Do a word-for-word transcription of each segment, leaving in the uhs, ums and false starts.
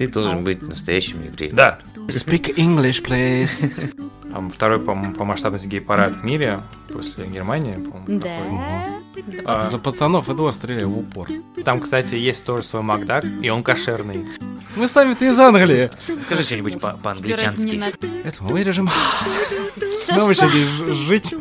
Ты должен быть настоящим евреем. Да. Speak English, please. Второй по, по масштабности гей-парад в мире после Германии, по-моему. Да. А, За пацанов Эдуард стрелял в упор. Там, кстати, есть тоже свой Макдак, и он кошерный. Мы сами-то из Англии. Скажи что-нибудь по- по-англичански. Это мы вырежем. Сосо. Нам еще здесь ж- жить.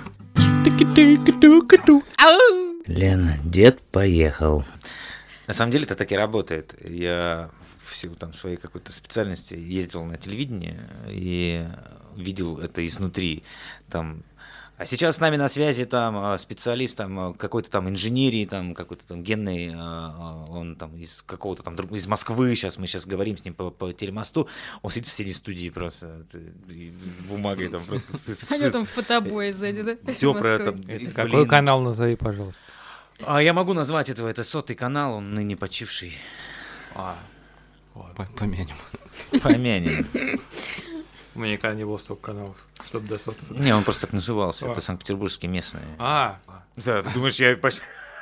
Лена, дед поехал. На самом деле это так и работает. Я в силу там своей какой-то специальности ездил на телевидение и видел это изнутри. Там. А сейчас с нами на связи там специалист там, какой-то там инженерии, там какой-то там генный, он там из какого-то там друг- из Москвы, сейчас мы сейчас говорим с ним по, по телемосту, он сидит в соседней студии просто и бумагой там просто... с- с- А что там фотобой сзади, да? Всё про это. Москвы. Это Блин. какой канал, назови, пожалуйста. А я могу назвать этого, это сотый канал, он ныне почивший. А, П- Помянем. Помянем. у меня никогда не было столько каналов, чтобы до сотого. Не, он просто так назывался, А. это санкт-петербургские местные. А, Да, ты думаешь, я по,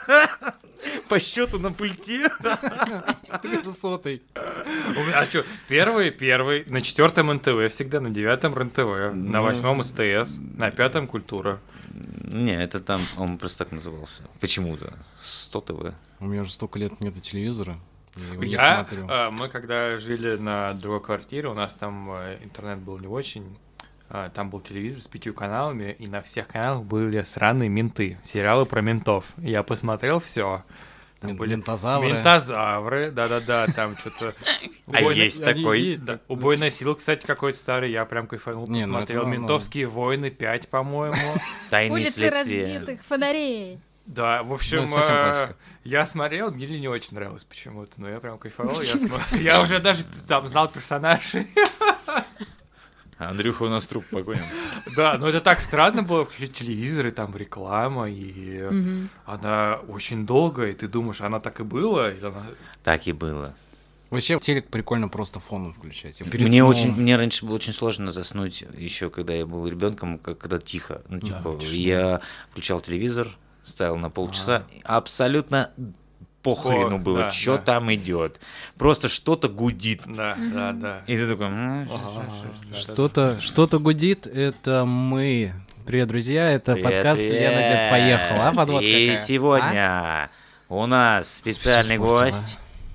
по счету на пульте? Это сотый. у меня- а что, первый, первый, на четвертом эн тэ вэ всегда, на девятом РЕН тэ вэ, на восьмом эс тэ эс, на пятом Культура. Не, это там, он просто так назывался. Почему-то. сто ТВ. У меня уже столько лет нет телевизора. Я его не Я, смотрю. а, мы когда жили на другой квартире, у нас там а, интернет был не очень, а, там был телевизор с пятью каналами, и на всех каналах были сраные менты, сериалы про ментов. Я посмотрел все. Мен- Ментозавры. Ментозавры, да-да-да, там что-то... А есть Они такой? есть. Да, убойная сила, кстати, какой-то старый, я прям кайфанул, Не, ну это посмотрел. нормально. Ментовские войны пять, по-моему. Тайные Улицы следствия. разбитых фонарей. Да, в общем, Ну, это совсем э, классика. я смотрел, мне не очень нравилось почему-то, но я прям кайфовал. Я, смо- я уже даже там знал персонажей. Андрюха у нас труп погоним. Да, но это так странно было, включить телевизор, и там реклама, и она очень долгая, и ты думаешь, она так и была? Или она... Так и было. Вообще телек прикольно просто фоном включать. Перед Мне сном. очень, мне раньше было очень сложно заснуть, еще когда я был ребенком, когда тихо. Ну, типа, Да, тишина. я включал телевизор, ставил на полчаса, абсолютно похрену О, было, да, что да. там идет. Просто что-то гудит. Да, да, да. И ты такой... «М, Ага, да, Что-то, что-то гудит, это мы. Привет, друзья, это Привет, подкаст привет. «Лена, дед поехал». А подводка И какая? сегодня у нас специальный Всё испортила. гость.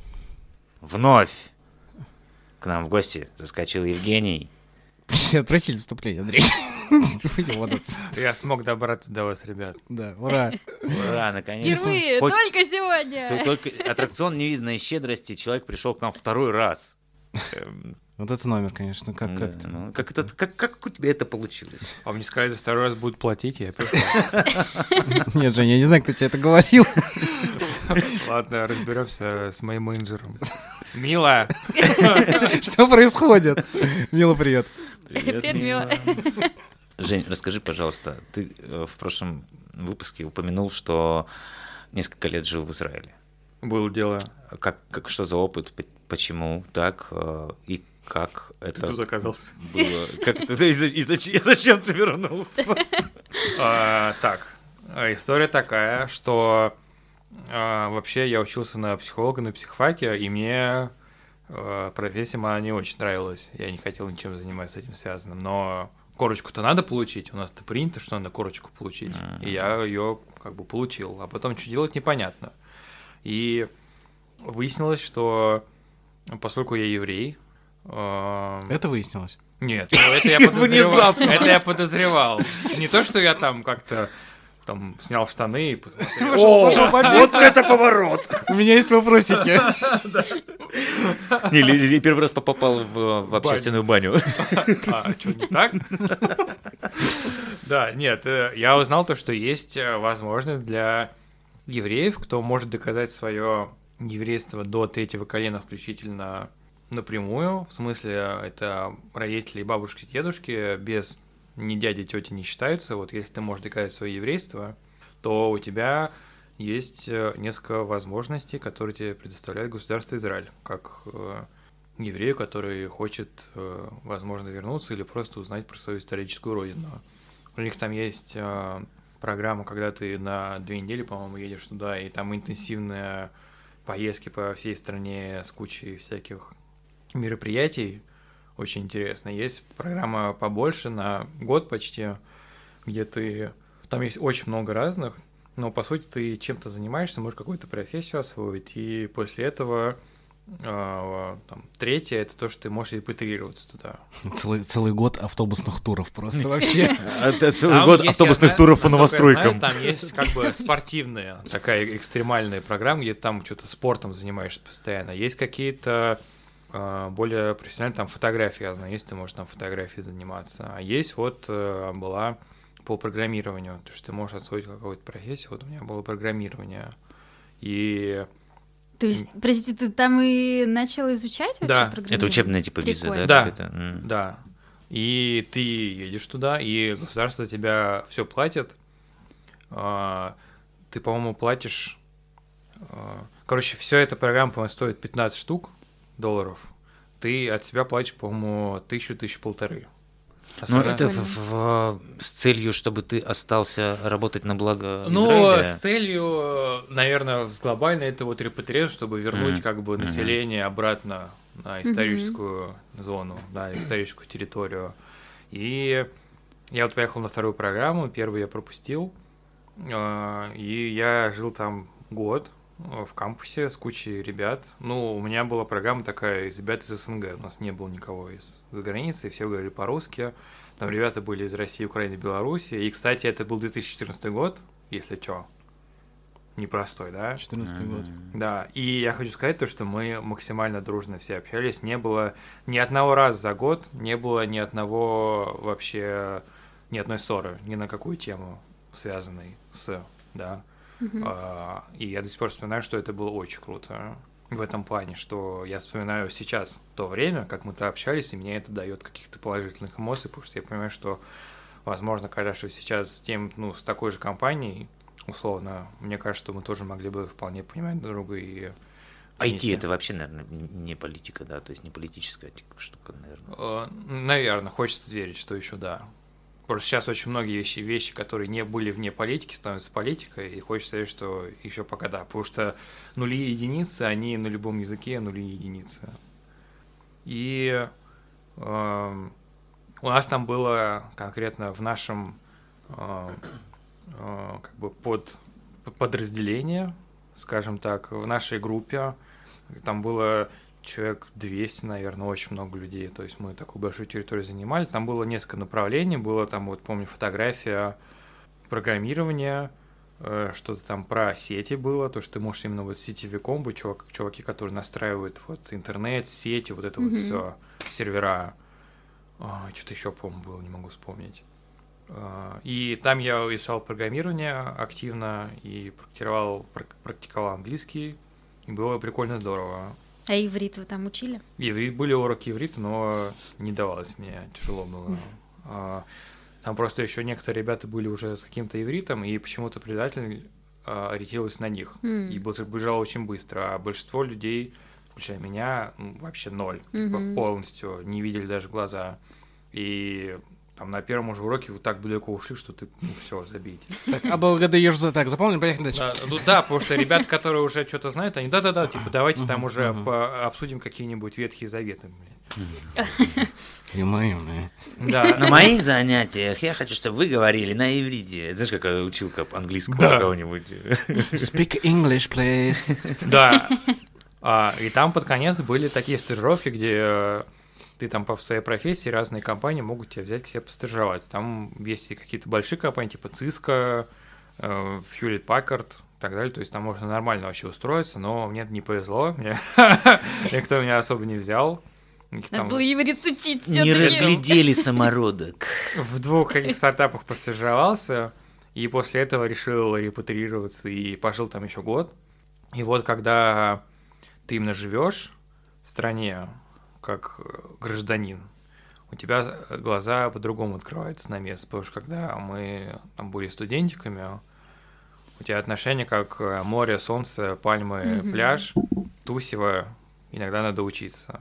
Вновь к нам в гости заскочил Евгений. А? Отвратительное вступление, Андрей. Будем ладаться. Я смог добраться до вас, ребят. Да, ура. Ура, наконец-то. Впервые, Хоть- только сегодня. Тут только аттракцион невиданной щедрости, человек пришел к нам второй раз. Эм, Вот это номер, конечно. Как, да, как ну, как, это, как, как у тебя это получилось? А мне сказали, за второй раз будут платить, я пришел. Нет, Жень, я не знаю, кто тебе это говорил. Ладно, разберемся с моим менеджером. Мила! Что происходит? Мила, привет. Привет, Мила. Жень, расскажи, пожалуйста, ты э, в прошлом выпуске упомянул, что несколько лет жил в Израиле. Было дело. Как, как, что за опыт, п- почему так, э, и как Ты это тут оказался. было? Как это, и, за- и зачем, и зачем ты вернулся? А, так, а, история такая, что а, вообще я учился на психолога на психфаке, и мне а, профессия моя не очень нравилась. Я не хотел ничем заниматься с этим связанным, но корочку-то надо получить. У нас-то принято, что надо корочку получить. И я ее как бы получил. А потом что делать, непонятно. И выяснилось, что поскольку я еврей... а, Это выяснилось. нет, ну это я подозревал. Внезапно. Это я подозревал. Не то, что я там как-то там снял штаны и посмотрел. О, вот это поворот! У меня есть вопросики. Не, или- или первый раз попал в, в общественную баню. А что, не так? Да, нет, э, я узнал то, что есть э, возможность для евреев, кто может доказать свое еврейство до третьего колена включительно напрямую, в смысле это родители, бабушки, дедушки, без ни дяди, тети не считаются. Вот если ты можешь доказать свое еврейство, то у тебя есть э, несколько возможностей, которые тебе предоставляет государство Израиль, как э, еврею, который хочет, э, возможно, вернуться или просто узнать про свою историческую родину. У них там есть э, программа, когда ты на две недели, по-моему, едешь туда, и там интенсивные поездки по всей стране с кучей всяких мероприятий очень интересно. Есть программа побольше, на год почти, где ты... Там есть очень много разных, но, по сути, ты чем-то занимаешься, можешь какую-то профессию освоить, и после этого э, там, третье — это то, что ты можешь репатрироваться туда. Целый, целый год автобусных туров просто вообще. Целый год автобусных туров по новостройкам. Там есть как бы спортивная, такая экстремальная программа, где ты там что-то спортом занимаешься постоянно. Есть какие-то э, более профессиональные, там фотографии, я знаю, есть, ты можешь там фотографией заниматься. А есть вот э, была по программированию, то есть ты можешь освоить какую-то профессию. Вот у меня было программирование. И... То есть, простите, ты там и начал изучать вообще Да. программирование? Это учебная типа виза, да? Да, какая-то? М. да. И ты едешь туда, и государство за тебя все платит. А, Ты, по-моему, платишь... а, Короче, вся эта программа, по-моему, стоит пятнадцать штук долларов. Ты от себя платишь, по-моему, тысячу, тысячу полторы. Ну, Особенно- это в- в- с целью, чтобы ты остался работать на благо Ну, Израиля? с целью, наверное, с глобальной это вот репатриация, чтобы вернуть Мгм. как бы Мгм. население обратно на историческую зону, на историческую территорию. И я вот поехал на вторую программу, первую я пропустил, а, и я жил там год а, в кампусе с кучей ребят. Ну, у меня была программа такая из ребят из СНГ, у нас не было никого из за границы, все говорили по-русски. Там ребята были из России, Украины, Беларуси. И, кстати, это был две тысячи четырнадцатый год, если чё. Непростой, да? четырнадцатый год. Да, и я хочу сказать то, что мы максимально дружно все общались. Не было ни одного раза за год, не было ни одного вообще, ни одной ссоры, ни на какую тему, связанной с, да. А, и я до сих пор вспоминаю, что это было очень круто в этом плане, что я вспоминаю сейчас то время, как мы-то общались, и мне это дает каких-то положительных эмоций, потому что я понимаю, что, возможно, когда что сейчас с тем, ну, с такой же компанией, условно, мне кажется, что мы тоже могли бы вполне понимать друг друга и ай ти вместе. это вообще, наверное, не политика, да, то есть не политическая штука, наверное. Э, Наверное, хочется верить, что еще да. Просто сейчас очень многие вещи, вещи, которые не были вне политики, становятся политикой, и хочется верить, что еще пока да, потому что нули и единицы, они на любом языке нули и единицы. И эм, у нас там было конкретно в нашем э, э, как бы под подразделение, скажем так, в нашей группе там было человек двести, наверное, очень много людей, то есть мы такую большую территорию занимали, там было несколько направлений, было там, вот помню, фотография программирования, э, что-то там про сети было, то, что ты можешь именно вот сетевиком быть, чувак, чуваки, которые настраивают вот интернет, сети, вот это Мгм. вот все, сервера, А, что-то еще, по-моему, было, не могу вспомнить. А, И там я изучал программирование активно и практиковал, прак- практиковал английский, и было прикольно здорово. А иврит вы там учили? Иврит, были уроки иврита, но не давалось мне, тяжело было. А, Там просто еще некоторые ребята были уже с каким-то ивритом, и почему-то предатель а, ориентировался на них. М. И был- бежал очень быстро, а большинство людей, включая меня, ну, вообще ноль. Типа Мгм. полностью не видели даже в глаза. И там на первом уже уроке вы так далеко ушли, что ты, ну, все, забейте. Так, облагодаешь за так, запомнили, поехали дальше. Да, ну да, потому что ребята, которые уже что-то знают, они да-да-да, типа давайте там Мгм, уже мгм. по- обсудим какие-нибудь ветхие заветы. блин. Ё-моё, Да. На моих занятиях я хочу, чтобы вы говорили на иврите. Знаешь, какая училка английского Да. кого-нибудь? Speak English, please. Да. А, и там под конец были такие стажировки, где э, ты там по своей профессии, разные компании могут тебя взять к себе постажировать. Там есть и какие-то большие компании, типа Cisco, э, Hewlett Packard и так далее. То есть там можно нормально вообще устроиться, но мне не повезло. Мне- Никто меня особо не взял. Их Надо там было иврит учить Не всё-таки. разглядели самородок. в двух каких стартапах постажировался, и после этого решил репатриироваться и пожил там еще год. И вот когда ты именно живешь в стране как гражданин, у тебя глаза по-другому открываются на место, потому что когда мы там были студентиками, у тебя отношение как море, солнце, пальмы, Мгм. пляж, тусево, иногда надо учиться,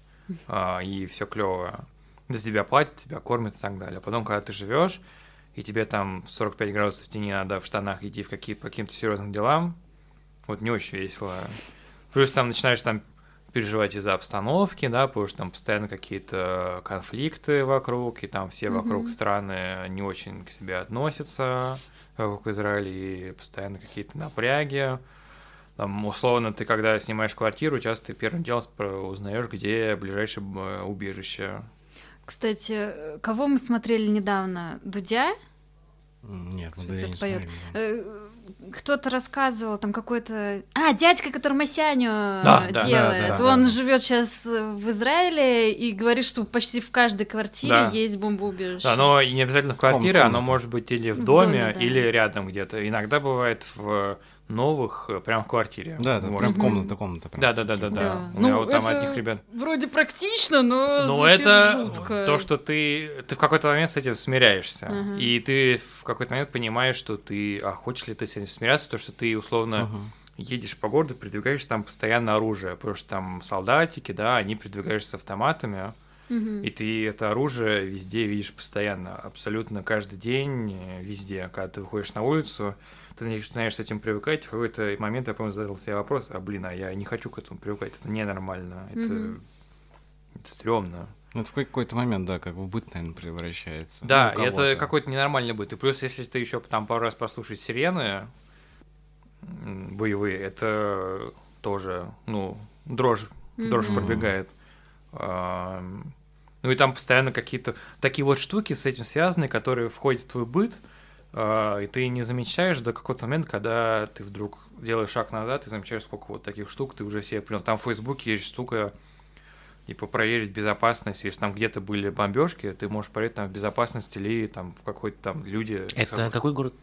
а, и все клево. За тебя платят, тебя кормят и так далее. Потом, когда ты живешь, и тебе там сорок пять градусов в тени надо в штанах идти в какие, по каким-то серьезным делам, вот не очень весело. Плюс там начинаешь там переживать из-за обстановки, да, потому что там постоянно какие-то конфликты вокруг, и там все mm-hmm. вокруг страны не очень к себе относятся, вокруг Израиля, и постоянно какие-то напряги. Там, условно, ты когда снимаешь квартиру, часто ты первым делом узнаешь, где ближайшее убежище. Кстати, кого мы смотрели недавно? Дудя? Нет, ну да я не поёт. смотрел. Кто-то рассказывал, там какой-то... А, дядька, который Масяню да, делает. Да, да, да, Он да. живет сейчас в Израиле и говорит, что почти в каждой квартире да. есть бомбоубежище. Да, но не обязательно в квартире, Комната. Оно может быть или в, в доме, доме да. или рядом где-то. Иногда бывает в новых, прям в квартире. Да, да, прям комната, комната. Да, да, да, да, да. У ну, меня вот там от них ребят. Вроде практично, но ну, звучит это жутко. То, что ты, ты в какой-то момент с этим смиряешься. Uh-huh. И ты в какой-то момент понимаешь, что ты. А хочешь ли ты с этим смиряться, то, что ты условно uh-huh. едешь по городу, передвигаешь там постоянно оружие. Потому что там солдатики, да, они передвигаются с автоматами. Uh-huh. И ты это оружие везде видишь постоянно, абсолютно каждый день, везде. Когда ты выходишь на улицу, ты начинаешь с этим привыкать. В какой-то момент я, помню, задал себе вопрос: а блин, а я не хочу к этому привыкать, это ненормально, это, uh-huh. это стрёмно. Ну, это в какой-то момент, да, как в быт, наверное, превращается. Да, ну, и это какой-то ненормальный быт. И плюс, если ты еще там пару раз послушаешь сирены боевые, это тоже, ну, дрожь, mm-hmm. дрожь пробегает. Ну и там постоянно какие-то такие вот штуки с этим связаны, которые входят в твой быт, и ты не замечаешь до какого-то момента, когда ты вдруг делаешь шаг назад и замечаешь, сколько вот таких штук ты уже себе принял. Там в Фейсбуке есть штука, типа проверить безопасность, если там где-то были бомбежки, ты можешь проверить, там в безопасности ли там в какой-то там люди. Это какой, какой город?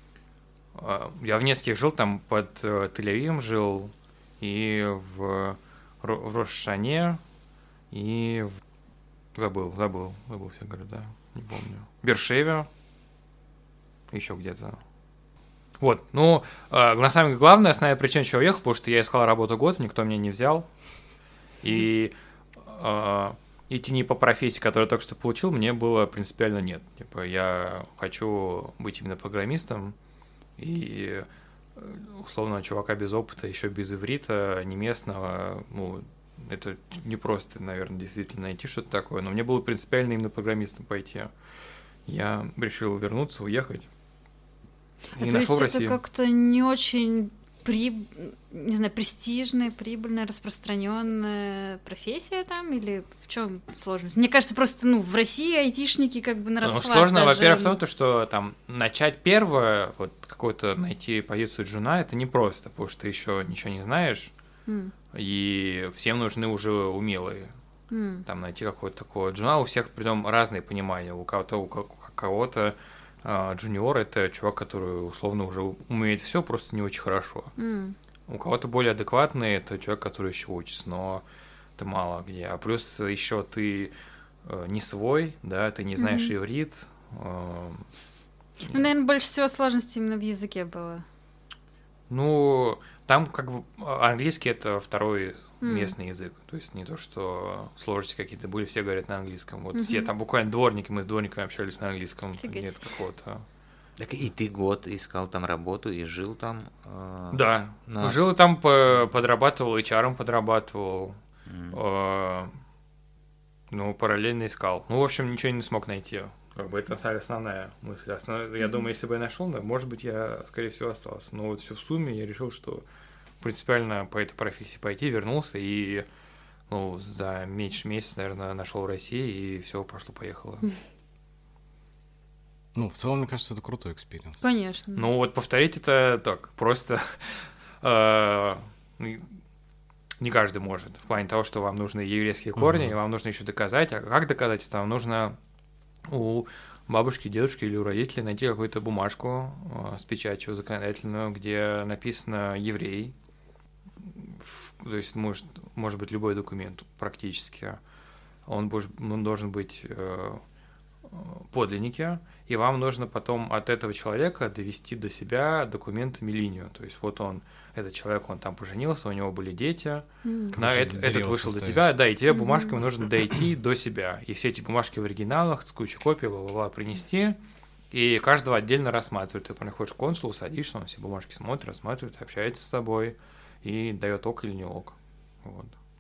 Я в нескольких жил, там под Тель-Авивом жил, и в, в Рош-Шане, и в... забыл, забыл, забыл все города, не помню. Бершеве, еще где-то. Вот, ну, на самом деле главная, основная причина, чего я уехал, потому что я искал работу год, никто меня не взял, и э, идти не по профессии, которую я только что получил, мне было принципиально нет. Типа, я хочу быть именно программистом, и условно чувака без опыта, еще без иврита, не местного, ну, это не просто, наверное, действительно найти что-то такое, но мне было принципиально именно программистом пойти. Я решил вернуться, уехать. А и то нашел есть Россию. Это как-то не очень при... не знаю, престижная, прибыльная, распространенная профессия там, или в чем сложность? Мне кажется, просто, ну, в России айтишники как бы на расхват. Ну, сложно, даже... во-первых, в том, то, что там начать первое, вот какую-то найти позицию джуна, это непросто, потому что ты еще ничего не знаешь, mm. и всем нужны уже умелые. Mm. Там найти какого-то такого джуна, у всех притом разные понимания, у кого-то, у кого-то джуниор — это чувак, который условно уже умеет все, просто не очень хорошо. Mm. У кого-то более адекватный — это человек, который еще учится, но это мало где. А плюс еще ты э, не свой, да, ты не знаешь mm-hmm. иврит. Э, ну, наверное, больше всего сложностей именно в языке было. Ну, там как бы английский — это второй mm. местный язык. То есть не то, что сложности какие-то были, все говорят на английском. Вот mm-hmm. все там буквально дворники, мы с дворниками общались на английском. Фигать. Нет какого-то... Так и ты год искал там работу и жил там? Э, да, на... жил там, подрабатывал, эйч ар-ом подрабатывал. Mm. Э, ну, параллельно искал. Ну, в общем, ничего не смог найти. Как бы это основная мысль. Основная, я mm-hmm. думаю, если бы я нашел, да, может быть, я, скорее всего, остался. Но вот все в сумме я решил, что принципиально по этой профессии пойти, вернулся и, ну, за меньше месяца, наверное, нашел в России, и все пошло-поехало. Mm. Ну, в целом, мне кажется, это крутой экспириенс. Конечно. Ну, вот повторить это так, просто не каждый может. В плане того, что вам нужны еврейские корни, и вам нужно еще доказать. А как доказать это? Вам нужно у бабушки, дедушки или у родителей найти какую-то бумажку э, с печатью законодательную, где написано «еврей». То есть может, может быть любой документ практически. Он, он должен быть э, подлинники, и вам нужно потом от этого человека довести до себя документами линию. То есть вот он, этот человек, он там поженился, у него были дети, mm. да, это, этот вышел состоишь. До тебя, да, и тебе mm-hmm. бумажками нужно дойти до себя. И все эти бумажки в оригиналах с кучей копий, бла-бла-бла, принести, и каждого отдельно рассматривать. Ты приходишь к консулу, садишься, он все бумажки смотрит, рассматривает, общается с тобой и дает ок или не ок. Вот.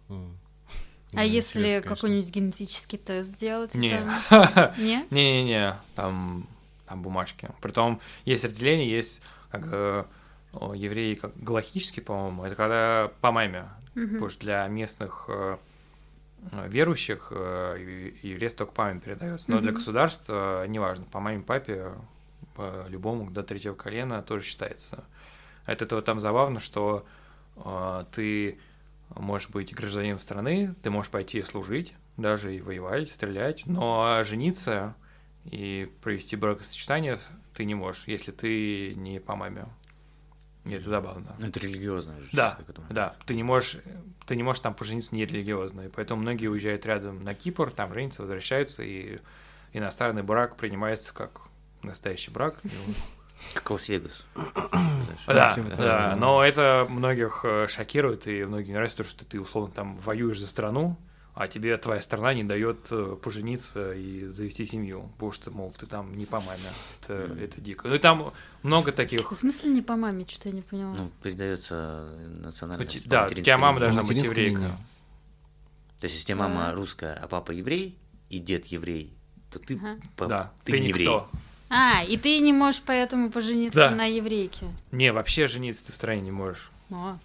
А если какой-нибудь генетический тест сделать? Не. Там... Нет? Не-не-не, там, там бумажки. Притом есть разделение, есть как э, евреи как галахические, по-моему, это когда по маме. Угу. Потому что для местных э, верующих э, еврейство только по маме передается. Но угу. для государства, неважно, по маме, папе, по любому до третьего колена тоже считается. От этого там забавно, что э, ты можешь быть гражданином страны, ты можешь пойти служить, даже и воевать, стрелять, но жениться и провести бракосочетание ты не можешь, если ты не по маме. И это забавно. Это религиозно. Да, да. Ты не можешь, ты не можешь там пожениться нерелигиозно, и поэтому многие уезжают рядом на Кипр, там женятся, возвращаются, и иностранный брак принимается как настоящий брак. Как Лас-Вегас. Да, да, но это многих шокирует, и многим не нравится то, что ты, условно, там воюешь за страну, а тебе твоя страна не дает пожениться и завести семью, потому что, мол, ты там не по маме. Это, mm. это дико. Ну и там много таких... В смысле не по маме? Что-то я не поняла. Ну, передается национальность. Да, у тебя мама должна быть еврейка. То есть, если у тебя мама русская, а папа еврей, и дед еврей, то ты, ага. по... да. ты, ты не еврей. Никто. А, и ты не можешь поэтому пожениться да. на еврейке? Не, вообще жениться ты в стране не можешь. О.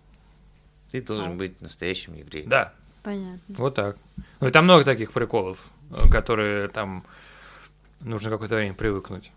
Ты должен а. быть настоящим евреем. Да. Понятно. Вот так. Ну и там много таких приколов, которые там нужно какое-то время привыкнуть.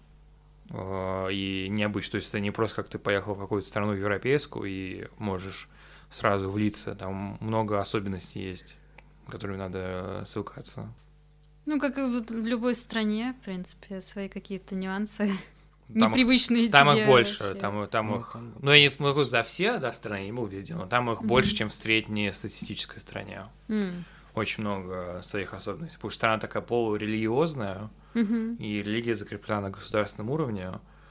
И необычно. То есть это не просто как ты поехал в какую-то страну европейскую и можешь сразу влиться. Там много особенностей есть, с которыми надо свыкаться. Ну, как и в любой стране, в принципе, свои какие-то нюансы. Там непривычные их, там тебе их больше, вообще. там, там ну, их, там... ну я не могу за все, да, страны, не был везде, но там их mm-hmm. больше, чем в среднестатистической стране. Mm. Очень много своих особенностей, потому что страна такая полурелигиозная, mm-hmm. и религия закреплена на государственном уровне,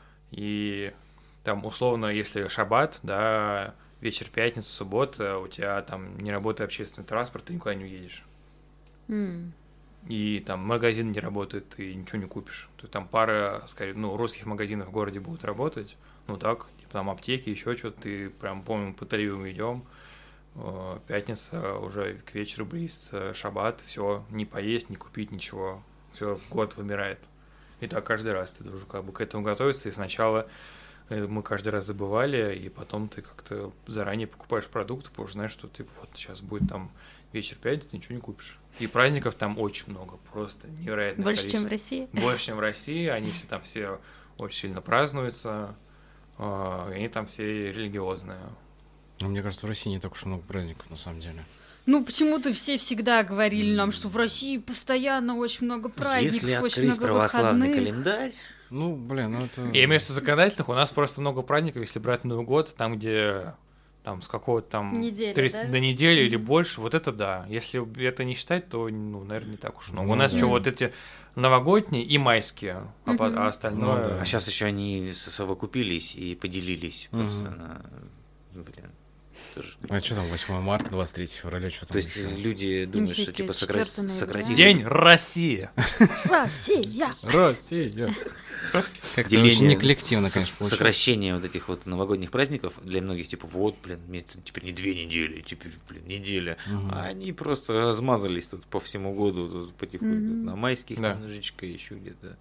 и там условно, если шаббат, да, вечер пятница, суббота, у тебя там не работает общественный транспорт, ты никуда не уедешь. Mm. И там магазин не работает, ты ничего не купишь. То есть там пара, скорее, ну, русских магазинов в городе будут работать. Ну так, типа там аптеки, еще что-то. Ты прям, помню, по Тель-Авиву идем. Пятница, уже к вечеру близится, шаббат, все, не поесть, не купить ничего. Все, год вымирает. И так каждый раз ты должен как бы к этому готовиться. И сначала мы каждый раз забывали, и потом ты как-то заранее покупаешь продукты, потому что знаешь, что ты вот сейчас будет там вечер пятницы, ты ничего не купишь. И праздников там очень много, просто невероятно. Больше, количество. Чем в России. Больше, чем в России. Они все там все очень сильно празднуются, и они там все религиозные. Но мне кажется, в России не так уж много праздников, на самом деле. Ну, почему-то все всегда говорили нам, что в России постоянно очень много праздников, Если очень много православный выходных. календарь... Ну, блин, ну это... Я имею в виду законодательных, у нас просто много праздников, если брать Новый год, там, где... там с какого-то там недели, тридцать да? до недели mm-hmm. или больше, вот это да. Если это не считать, то, ну, наверное, не так уж много. Ну, у нас да. еще вот эти новогодние и майские, mm-hmm. а, а остальное... Ну, да. А сейчас еще они совокупились и поделились mm-hmm. просто на... Блин. Тоже... А что там, восьмое марта, двадцать третьего февраля, что там? То есть еще? люди думают, что типа сокра... сократить... День России! Россия! Россия! Как-то деление, очень неколлективно, конечно, получилось. Сокращение вот этих вот новогодних праздников для многих, типа, вот, блин, мне теперь не две недели, теперь, блин, неделя. Угу. А они просто размазались тут по всему году, тут потихоньку, угу. на майских да. немножечко, еще где-то.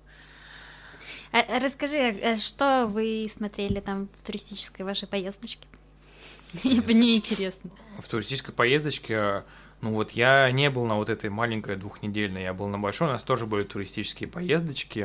А, расскажи, что вы смотрели там в туристической вашей поездочке? Мне интересно. В туристической поездочке, ну вот я не был на вот этой маленькой двухнедельной, я был на большой, у нас тоже были туристические поездочки.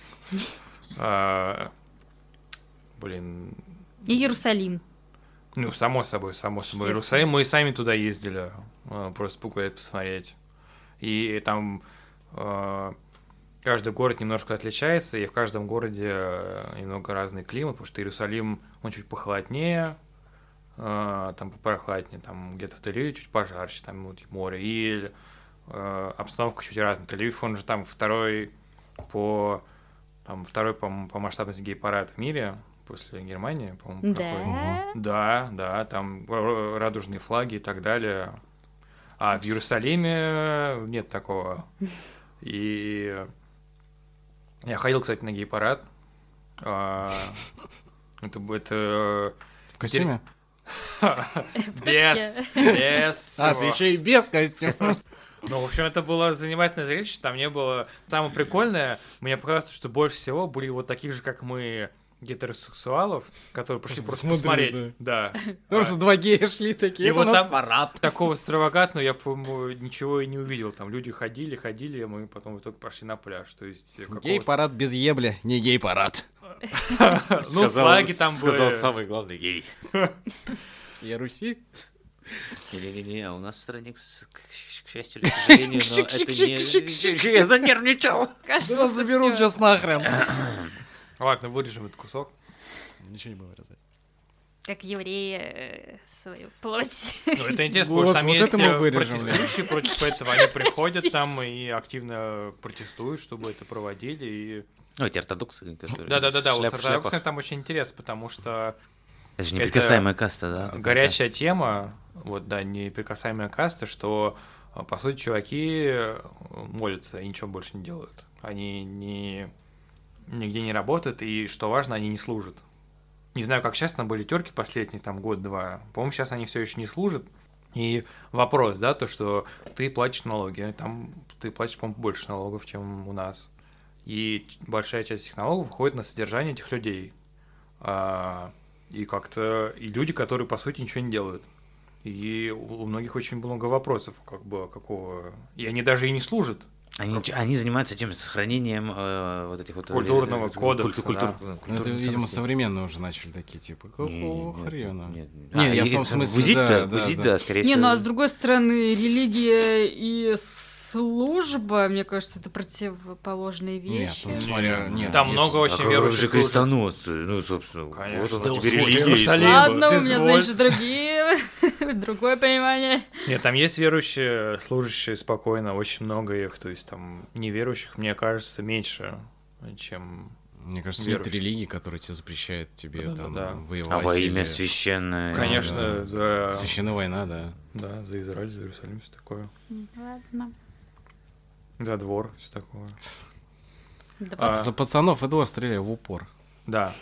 А, блин. И Иерусалим. Ну, само собой, само собой. Иерусалим. Мы и сами туда ездили, просто погулять, посмотреть. И там каждый город немножко отличается, и в каждом городе немного разный климат, потому что Иерусалим, он чуть похолоднее, там попрохладнее, там где-то в Тель-Авиве чуть пожарче, там вот море. И обстановка чуть разная. Тель-Авив, он же там второй по... Там второй по, по масштабности гей-парад в мире после Германии, по-моему, да? проходит. Да, да, там радужные флаги и так далее. А в Иерусалиме нет такого. И я ходил, кстати, на гей-парад. Это... это... В костюме? Без, без А, ты всего. еще и без костюма. Ну, в общем, это было занимательное зрелище, там не было... Самое прикольное, мне показалось, что больше всего были вот таких же, как мы, гетеросексуалов, которые пришли просто Смотрели, посмотреть. Да. Потому что два гея шли такие, И это вот у нас там- парад. Такого экстравагантного я, по-моему, ничего и не увидел. Там люди ходили, ходили, а мы потом в итоге пошли на пляж. То есть какого-то- Гей-парад без ебли, не гей-парад. Ну, флаги там Сказал были. самый главный гей. Я Руси. Не-не-не, а у нас в стране, к, с- к щ- к счастью или к сожалению, но это не... Я занервничал. Кажется, Нас заберут всё. сейчас нахрен. Ладно, вырежем этот кусок. Ничего не будем вырезать. Как евреи э, свою плоть. Ну, это интересно, Вот, потому что там вот есть это мы э, вырежем, да. протестующие против этого. Они приходят там и активно протестуют, чтобы это проводили. И... Ну, эти ортодоксы, которые... Да-да-да, вот шляп- с в шляпах. ортодоксами там очень интересно, потому что Это же это неприкасаемая каста, да? какая-то? горячая тема, вот, да, неприкасаемая каста, что, а, по сути, чуваки э, молятся и ничего больше не делают. Они не, нигде не работают, и, что важно, они не служат. Не знаю, как сейчас там были терки последние, там, год-два. По-моему, сейчас они все еще не служат. И вопрос, да, то, что ты платишь налоги, там ты платишь, по-моему, больше налогов, чем у нас. И ч- большая часть этих налогов уходит на содержание этих людей. А, и как-то... И люди, которые, по сути, ничего не делают. И у у многих очень много вопросов, как бы, какого... И они даже и не служат. Они, нич- они занимаются тем, сохранением э, вот этих вот... э, Культурного э, кодекса, культу- культур- да. культурных Ну, это, видимо, ценностей. современные уже начали такие, типа, какого Не, хрена? нет, нет. Не, А, я в и том это смысле, бузить, да, да, да, бузить, да. да, скорее Не, всего. ну а с другой стороны, религия и служба, мне кажется, это противоположные Нет, вещи. ну смотря, нет. Там есть- много А очень как верующих же служит. крестоносцы, ну, собственно, Конечно. вот Да она тебе свой религия. Иерусалим. есть. Ладно, Ты у меня, свой. значит, другие, другое понимание. Нет, там есть верующие, служащие спокойно, очень много их, то есть там неверующих, мне кажется, меньше, чем... Мне кажется, нет верующих. религии, которая тебе запрещает тебе Да-да-да. там Да. воевать. А во или- имя священное. Конечно, да. за... Священная война, да. Да, за Израиль, за Иерусалим, все такое. Ладно. За двор, все такое. Да, А, За пацанов и двор стреляй в упор. Да.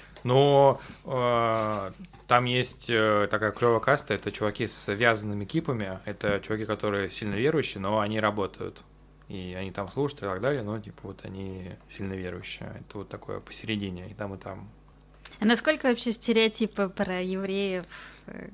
Но э, там есть э, такая клевая каста, это чуваки с вязаными кипами, это чуваки, которые сильно верующие, но они работают. И они там служат и так далее, но типа вот они сильно верующие. Это вот такое посередине, и там, и там. А насколько вообще стереотипы про евреев, э,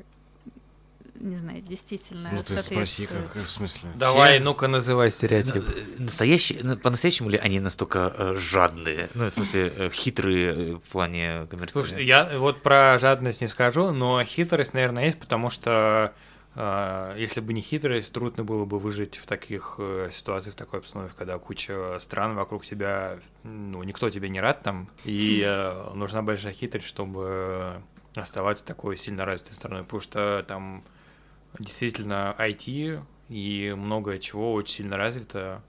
не знаю, действительно Ну ты спроси, соответствуют? как в смысле. Давай, Все- ну-ка, называй стереотип. Настоящие, ну, по-настоящему ли они настолько э, жадные? Ну, в смысле, э, хитрые э, в плане коммерции? Слушай, я вот про жадность не скажу, но хитрость, наверное, есть, потому что э, если бы не хитрость, трудно было бы выжить в таких э, ситуациях, в такой обстановке, когда куча стран вокруг тебя, ну, никто тебе не рад там, и э, нужна большая хитрость, чтобы оставаться такой сильно развитой страной, потому что там действительно ай ти и много чего очень сильно развито,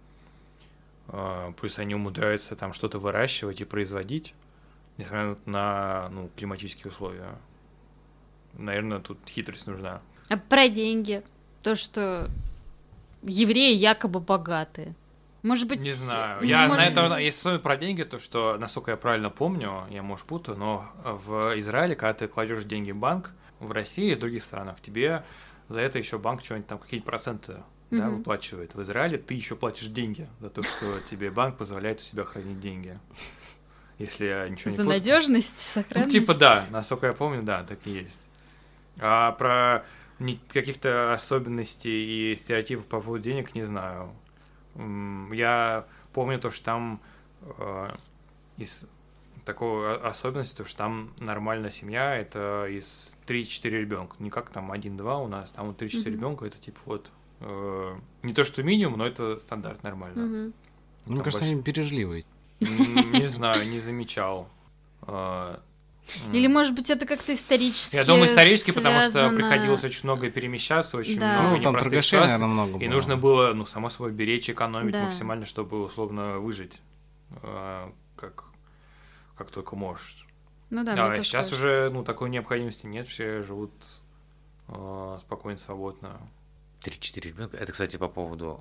э, плюс они умудряются там что-то выращивать и производить, несмотря на, ну, климатические условия. Наверное, тут хитрость нужна. А про деньги? То, что евреи якобы богатые. Может быть... Не знаю. ну, Я может- на это, если особенно про деньги, то что, насколько я правильно помню, я, может, путаю, но в Израиле, когда ты кладешь деньги в банк, в России и в других странах, тебе за это еще банк что-нибудь там, какие-то проценты, да, Мгм. выплачивает. В Израиле ты еще платишь деньги за то, что тебе банк позволяет у себя хранить деньги. Если я ничего не За путаю. надежность, Ну, сохранность. типа, да, насколько я помню, да, так и есть. А про не- каких-то особенностей и стереотипов по поводу денег не знаю. М, Я помню то, что там э, из такой о- особенности, то, что там нормальная семья, это из три-четыре ребенка. Не как там один-два у нас, там вот три-четыре Мгм. ребенка, это типа вот э, не то, что минимум, но это стандарт нормально. Мгм. Мне Там кажется, больше- они бережливые. М, Не знаю, не замечал. Э, м. Или, может быть, это как-то исторически Я думаю, исторически, потому что связано. приходилось очень много перемещаться, очень Да. много Ну, там непростых торгашей, ситуаций, наверное, много было. и нужно было, ну, само собой, беречь, экономить Да. максимально, чтобы условно выжить, э, как, как только можешь. Ну да, а мне тоже сейчас кажется. уже, ну, такой необходимости нет, все живут э, спокойно, свободно. Три-четыре ребенка. Это, кстати, по поводу, по,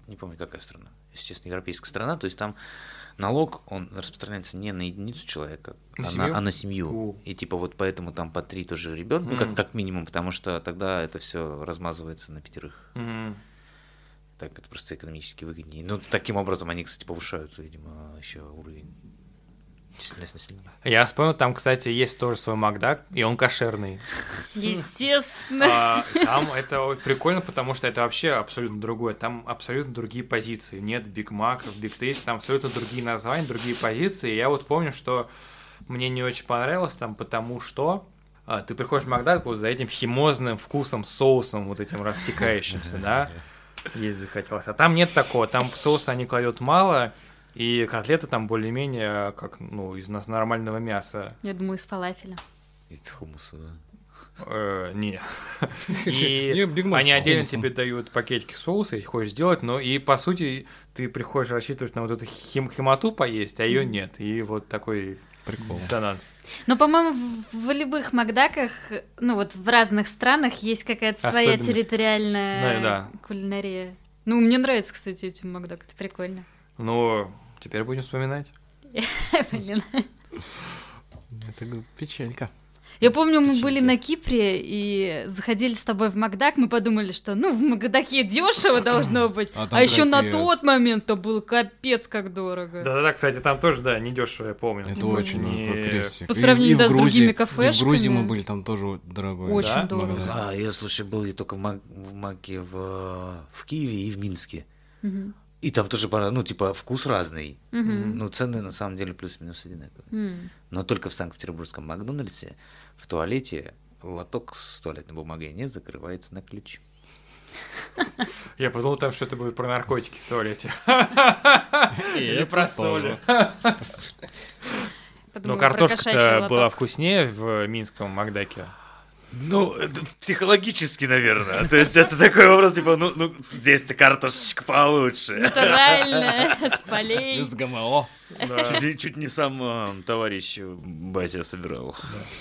не помню, какая страна, если честно, европейская страна, то есть там налог, он распространяется не на единицу человека, На а, семью? на, а на семью. У. И типа вот поэтому там по три тоже ребенка, ну Мгм. как, как минимум, потому что тогда это все размазывается на пятерых. Мгм. Так это просто экономически выгоднее. Ну, таким образом они, кстати, повышают, видимо, еще уровень численности населения. Я вспомнил, там, кстати, есть тоже свой Макдак, и он кошерный. Естественно. А, Там это вот прикольно, потому что это вообще абсолютно другое. Там абсолютно другие позиции. Нет Биг Маков, Биг Тейст, там абсолютно другие названия, другие позиции. И я вот помню, что мне не очень понравилось там, потому что а, ты приходишь в Макдак вот за этим химозным вкусом, соусом вот этим растекающимся, да? Есть захотелось. А там нет такого. Там соуса они кладут мало, и котлеты там более-менее как, ну, из нас- нормального мяса. Я думаю, из фалафеля. Из хумуса, да. Э, не. Не, И Биг Мак они с отдельно хумусом. тебе дают пакетики соуса, если хочешь сделать, но и по сути ты приходишь рассчитывать на вот эту хим химоту поесть, а ее нет. И вот такой Прикол. диссонанс. Но, по-моему, в, в любых Макдаках, ну вот в разных странах есть какая-то своя Особенность. территориальная Да, да. кулинария. Ну, мне нравится, кстати, эти Макдак, это прикольно. Ну, теперь будем вспоминать. Блин. Это г- печалька. Я помню, мы Почему были так? на Кипре и заходили с тобой в Макдак, мы подумали, что, ну, в Макдаке дешево должно быть, А а, там еще на капец. тот момент-то было капец как дорого. Да-да-да, кстати, там тоже, да, недешево, я помню. Это Ну, очень не- агрессия. По И- сравнению, и в да, с Грузии- другими и в кафешками. Грузии мы были, там тоже дорогой. Очень Да? дорого. Магазин. А, я, слушай, был я только в, Мак- в Маке в, в Киеве и в Минске. Мгм. И там тоже, пора- ну, типа, вкус разный. Мгм. Ну, цены, на самом деле, плюс-минус одинаковые. М. Но только в Санкт-Петербургском Макдональдсе в туалете лоток с туалетной бумагой не закрывается на ключ. Я подумал там, что это будет про наркотики в туалете. Или про соли. Подумала Но про картошка-то кошачий лоток. была вкуснее в минском Макдаке. Ну, это психологически, наверное. То есть это такой вопрос, типа, ну, ну здесь-то картошечка получше. Натуральная, с полей. Без ГМО. Чуть, ли- чуть не сам э, товарищ батя собирал.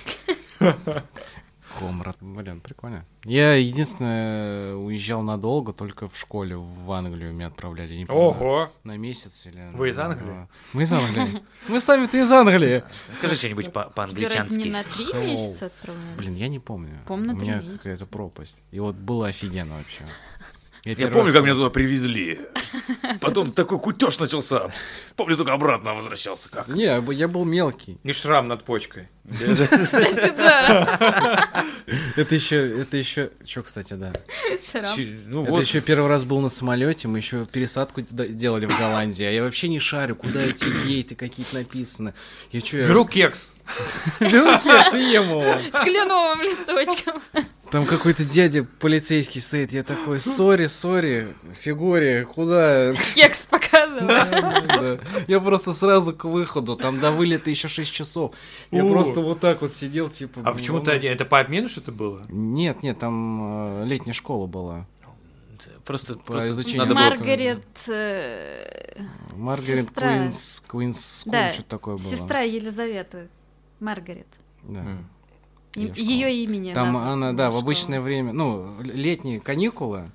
Комрад. Блин, прикольно. Я единственное уезжал надолго, только в школе в Англию меня отправляли. Не помню, Ого! на месяц или... Вы из на- Англии? Мы из Англии. Мы сами-то из Англии. Скажи что-нибудь по- Тебе разве не по-англичански. на три Hello. месяца отправляли? Блин, я не помню. Помню, У три меня месяца. какая-то пропасть. И вот было офигенно вообще. Я первый помню, раз- как меня туда привезли. Потом такой кутеж начался. Помню, только обратно возвращался как. Не, я б- я был мелкий. И шрам над почкой. Кстати, да. Это еще, это еще, что, кстати, да. Шрам. Чи- Ну Это вот, еще первый раз был на самолете, мы еще пересадку д- делали в Голландии, а я вообще не шарю, куда эти гейты какие-то написаны. Я что, я... Беру кекс. Беру кекс и ем его. С кленовым листочком. Там какой-то дядя полицейский стоит, я такой, сори, сори, фигуре, куда? Кекс показывал. Да, да. Я просто сразу к выходу, там до вылета еще шесть часов. Я У. просто вот так вот сидел, типа... А почему-то это по обмену что-то было? Нет, нет, там э, летняя школа была. просто, По просто изучению надо было... Маргарет... э, Маргарет Сестра. Куинс, Куинс Скул, Да, что-то такое было. сестра Елизаветы. Маргарет. Да. М. Её школа. Ее имени Там названа она, да, в школа. обычное время, ну, л- летние каникулы,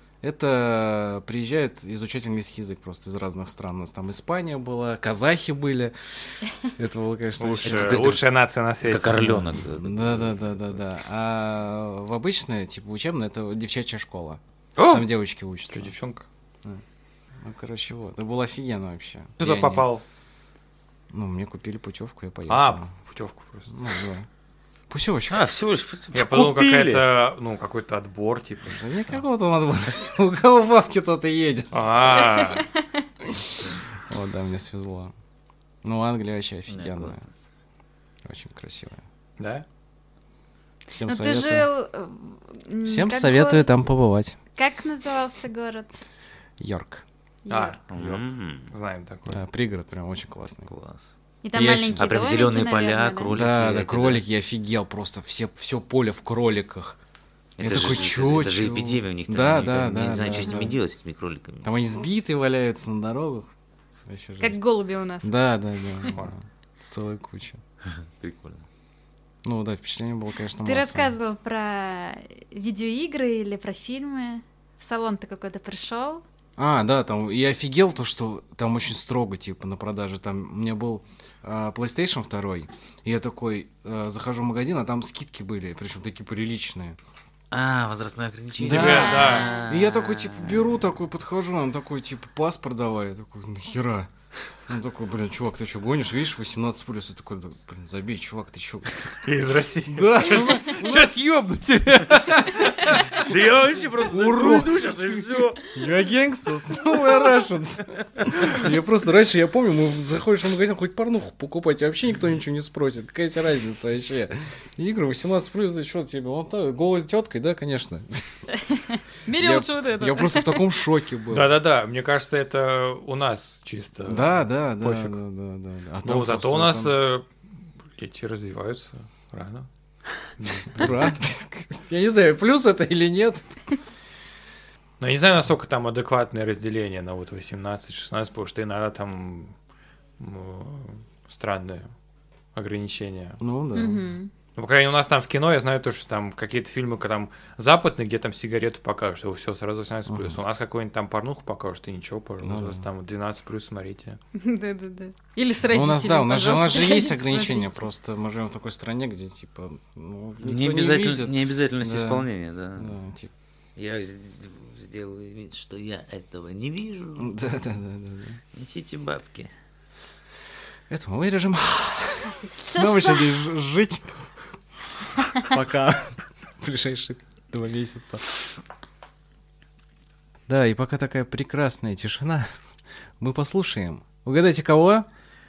это приезжают изучать английский язык просто из разных стран. У нас там Испания была, казахи были. Это было, конечно, Лучшая, Это какой-то- лучшая нация на свете. Как орленок. Да, да, да, да, да. А в обычное, типа, учебное, это девчачья школа. О! Там девочки Ты учатся. девчонка. Ну, короче, вот. Это было офигенно вообще. Ты Где туда они? попал? Ну, мне купили путевку, я поехал. А, путевку просто. Ну, да. Путевочка. А, всего лишь Я подумал, купили. какая-то, ну, какой-то отбор, типа. Да никакого там отбора. У кого бабки, тот и едет. А, Вот, да, мне свезло. Ну, Англия вообще Да, офигенная. классно. Очень красивая. да? Всем Ну ты советую. жил... э, м, Всем как советую город- там побывать. Как назывался город? Йорк. А, Йорк. Йорк. М, знаем такой. Да, пригород прям очень классный. Класс. И там Я маленькие А прям домики, зеленые наверное, поля, да? кролики. Да, да, эти, кролики, я офигел просто. Все, все поле в кроликах. Я Это, такой, же, чё, это же чё? эпидемия у них там. Да, они да, там да, Не знаю, да, что с да. ними делать, с этими кроликами. Там они сбитые валяются на дорогах. Вообще Как жесть. голуби у нас. Да, да, да, да. Целая куча. Прикольно. Ну да, впечатление было, конечно, Ты масса. рассказывал про видеоигры или про фильмы. В салон ты какой-то пришел. А, да, там, я офигел то, что там очень строго, типа, на продаже. Там у меня был э, PlayStation два, и я такой э, захожу в магазин, а там скидки были, причем такие приличные. А, возрастное ограничение. Да, да. И я такой, типа, беру, такой, подхожу, он такой, типа, паспорт давай. Я такой, нахера? Он такой, блин, чувак, ты что, гонишь? Видишь, восемнадцать плюс. Я такой, блин, забей, чувак, ты что? Я из России. Да. Сейчас ёбну тебя. Да я вообще просто уйду сейчас и все. Я гэнгстер, снова Russian. Я просто, раньше, я помню, мы заходишь в магазин, хоть порнуху покупать, и вообще никто ничего не спросит. Какая тебе разница вообще? Игры восемнадцать плюс, да что тебе? Вон та, голой теткой, да, конечно. Бери Я- лучше вот это. Я просто в таком шоке был. Да-да-да, мне кажется, это у нас чисто. Да, да, да, Пофиг. да, да, да. А Ну, там зато просто у нас там- э, дети развиваются рано. Ура. Я не знаю, плюс это или нет. Но я не знаю, насколько там адекватное разделение на вот восемнадцать-шестнадцать, потому что иногда там м, странные ограничения. Ну да. Мгм. Ну, по крайней мере, у нас там в кино, я знаю то, что там какие-то фильмы, когда там западные, где там сигарету покажут, и все, сразу восемнадцать плюс. У нас какой-нибудь там порнуху покажут, и ничего, пожалуйста, Ну да. там двенадцать плюс, смотрите. Да-да-да. Или с Ну, родителями, у нас, да, у нас же, у нас же пожалуйста, есть ходите, ограничения, смотрите. просто мы живем в такой стране, где, типа, ну, никто Не не обязательно, видит. не обязательность Да. исполнения, да. Да, типа, Я с- сделаю вид, что я этого не вижу. да, да, да, да, да. Несите бабки. Это мы вырежем. Всё Мы сам. решили ж- жить. Пока. В ближайшие два месяца. Да, и пока такая прекрасная тишина, мы послушаем. Угадайте, кого?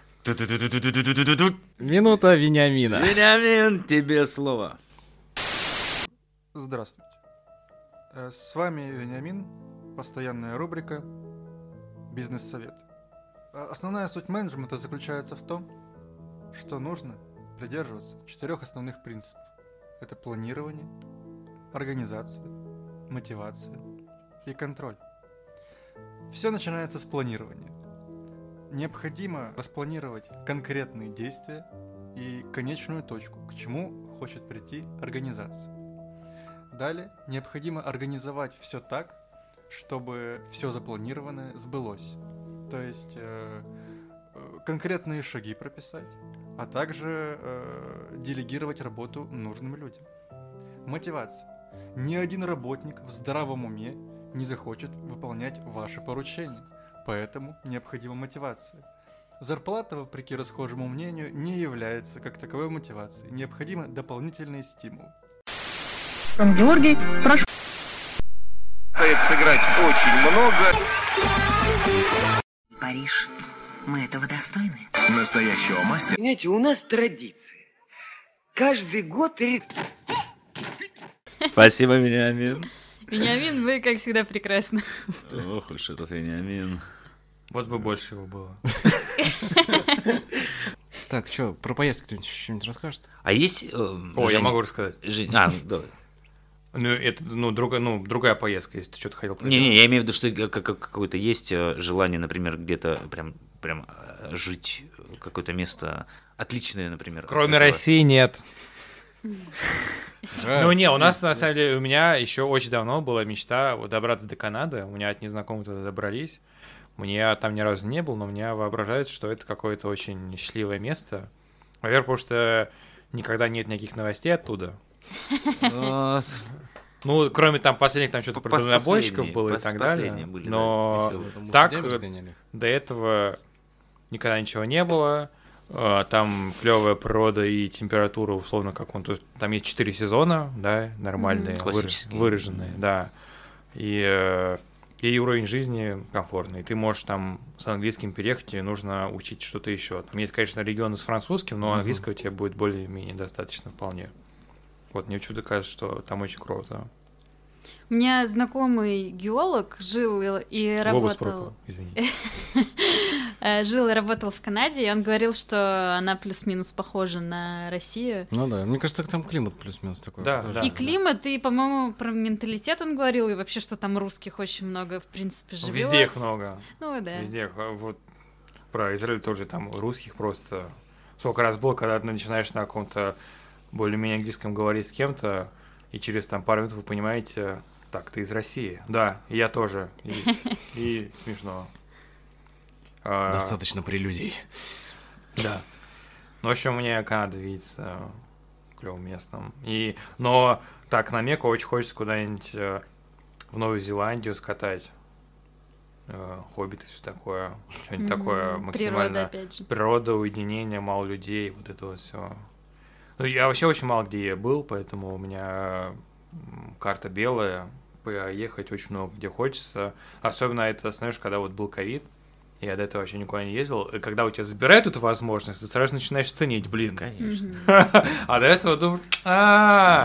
Минута Вениамина. Вениамин, тебе слово. Здравствуйте. Э, С вами Вениамин, постоянная рубрика «Бизнес-совет». А Основная суть менеджмента заключается в том, что нужно придерживаться четырех основных принципов. Это планирование, организация, мотивация и контроль. Все начинается с планирования. Необходимо распланировать конкретные действия и конечную точку, к чему хочет прийти организация. Далее необходимо организовать все так, чтобы все запланированное сбылось. То есть э, э, конкретные шаги прописать, а также э, делегировать работу нужным людям. Мотивация. Ни один работник в здравом уме не захочет выполнять ваши поручения, поэтому необходима мотивация. Зарплата, вопреки расхожему мнению, не является как таковой мотивацией. Необходимы дополнительные стимулы. Георгий, прошу. Сыграть очень много. Париж, мы этого достойны. Настоящего мастера. Понимаете, у нас традиция. Каждый год перед... Спасибо, Вениамин. Вениамин, вы, как всегда, прекрасны. Ох уж этот Вениамин. Вот бы больше его было. Так, что, про поездки кто-нибудь что-нибудь расскажет? А есть... э, О, я Жень- могу рассказать. Жень- А, давай. Ну, это, ну, другая, ну, другая поездка, если ты что-то хотел про это. Не-не, я имею в виду, что как- как- какое-то есть э, желание, например, где-то прям, прям э, жить, э, какое-то место отличное, например. от Кроме этого. России нет. Ну не, у нас на самом деле, у меня еще очень давно была мечта вот добраться до Канады. У меня от незнакомых туда добрались. Мне там ни разу не был, но у меня воображается, что это какое-то очень счастливое место. Во-первых, потому что никогда нет никаких новостей оттуда. Э, с- Ну, кроме там последних, там что-то Пос- про дальнобойщиков последние, было и пос- так последние далее. были, да, Но веселые. Там так лошадями э, сгоняли. до этого никогда ничего не было. Э, Там клевая природа и температура, условно, как он. То есть там есть четыре сезона, да, нормальные, Мгм. выра- Классические. выраженные, да. И, э, и уровень жизни комфортный. Ты можешь там с английским переехать, тебе нужно учить что-то еще. Там есть, конечно, регионы с французским, но Мгм. английского тебе будет более-менее достаточно вполне. Вот, мне почему-то кажется, что там очень круто. У меня знакомый геолог жил и- и Глобус работал... пропал, извини. э, Жил и работал в Канаде, и он говорил, что она плюс-минус похожа на Россию. Ну да, мне кажется, там климат плюс-минус такой. Да, похожий. да. И климат, и, по-моему, про менталитет он говорил, и вообще, что там русских очень много, в принципе, живет. Везде их много. Ну да. Везде. их, а Вот про Израиль тоже там русских просто... Сколько раз было, когда ты начинаешь на каком-то более-менее английском говорить с кем-то, и через там пару минут вы понимаете, Так, ты из России? Да, я тоже. И, и смешно. А, Достаточно прелюдий. Да. Ну, в общем, мне Канада видится клевым местом. И, но так, на Мекку очень хочется куда-нибудь в Новую Зеландию скатать. Хоббит и все такое. Что-нибудь mm-hmm. такое максимально... Природа, Природа, уединение, мало людей, вот это вот все. Ну, я вообще очень мало где был, поэтому у меня карта белая. Поехать очень много где хочется. Особенно это, знаешь, когда вот был ковид, я до этого вообще никуда не ездил. И когда у тебя забирают эту возможность, ты сразу начинаешь ценить, блин. Конечно. А до этого думаю, а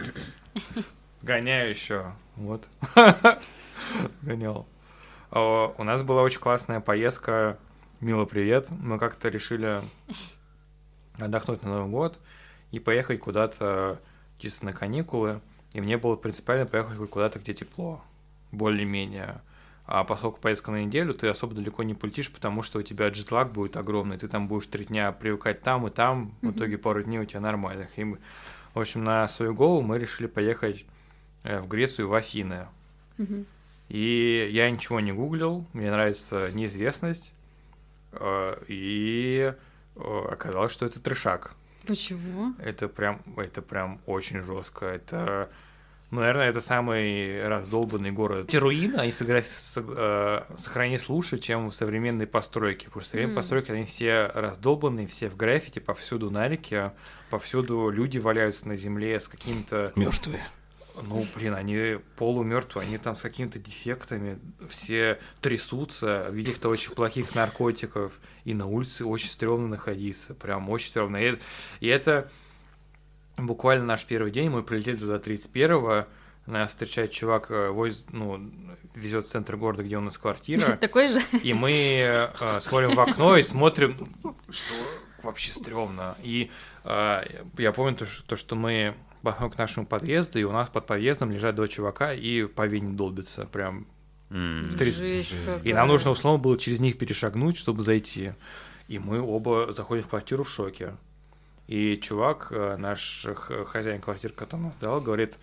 гоняю еще. Вот. Гонял. У нас была очень классная поездка. Мила, привет. Мы как-то решили отдохнуть на Новый год и поехать куда-то чисто на каникулы. И мне было принципиально поехать куда-то, где тепло, более-менее. А поскольку поездка на неделю, ты особо далеко не полетишь, потому что у тебя джетлаг будет огромный, ты там будешь три дня привыкать там и там, mm-hmm. в итоге пару дней у тебя нормальных. И мы, в общем, на свою голову мы решили поехать в Грецию, в Афины. Mm-hmm. И я ничего не гуглил, мне нравится неизвестность, и оказалось, что это трешак. Почему? Это прям, это прям очень жестко. Это, ну, наверное, это самый раздолбанный город. Эти руины, они сохранились лучше, чем современные постройки. Потому что современные mm. постройки, они все раздолбанные, все в граффити, повсюду нарики, повсюду люди валяются на земле с какими-то... Мертвые. Ну, блин, они полумертвые, они там с какими-то дефектами, все трясутся в каких-то очень плохих наркотиков, и на улице очень стрёмно находиться, прям очень стрёмно. И, и это буквально наш первый день, мы прилетели туда тридцать первого, нас встречает чувак, воз, ну, везет в центр города, где у нас квартира. Такой же. И мы э, смотрим в окно и смотрим, что вообще стрёмно. И э, я помню то, что, то, что мы... к нашему подъезду, и у нас под подъездом лежат два чувака и по вене долбятся, прям mm. тридцать. И нам нужно условно было через них перешагнуть, чтобы зайти. И мы оба заходим в квартиру в шоке. И чувак, наш хозяин квартиры, который нас дал, говорит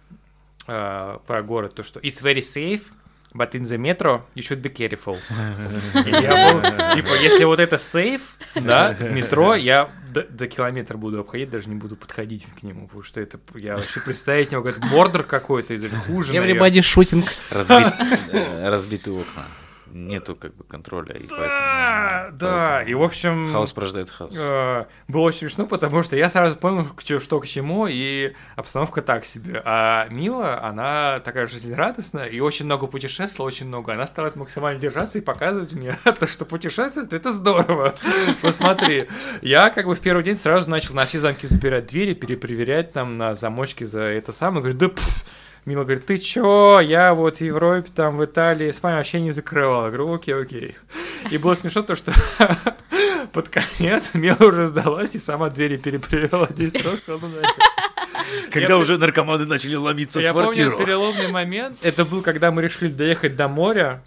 э, про город, то что it's very safe, but in the metro you should be careful. И я был, типа, если вот это safe, да, в метро, я до, до километра буду обходить, даже не буду подходить к нему, потому что это, я вообще представить не могу, это Мордор какой-то, или хуже, Everybody shooting. Разбит, разбитые окна. Нету как бы контроля. И да, поэтому, да, поэтому и в общем... Хаос порождает хаос. Э, было очень смешно, потому что я сразу понял, что к чему, и обстановка так себе. А Мила, она такая жизнерадостная, и очень много путешествовала, очень много. Она старалась максимально держаться и показывать мне то, что путешествовать — это здорово. Посмотри. Я как бы в первый день сразу начал на все замки запирать двери, перепроверять там на замочке за это самое. Говорю, да пфф. Мила говорит, ты чё, я вот в Европе, там, в Италии, Испании вообще не закрывала. Я говорю, окей, окей. И было смешно то, что под конец Мила уже сдалась и сама двери перепроверила десять раз. Когда уже наркоманы начали ломиться в квартиру. Я помню переломный момент. Это был, когда мы решили доехать до моря.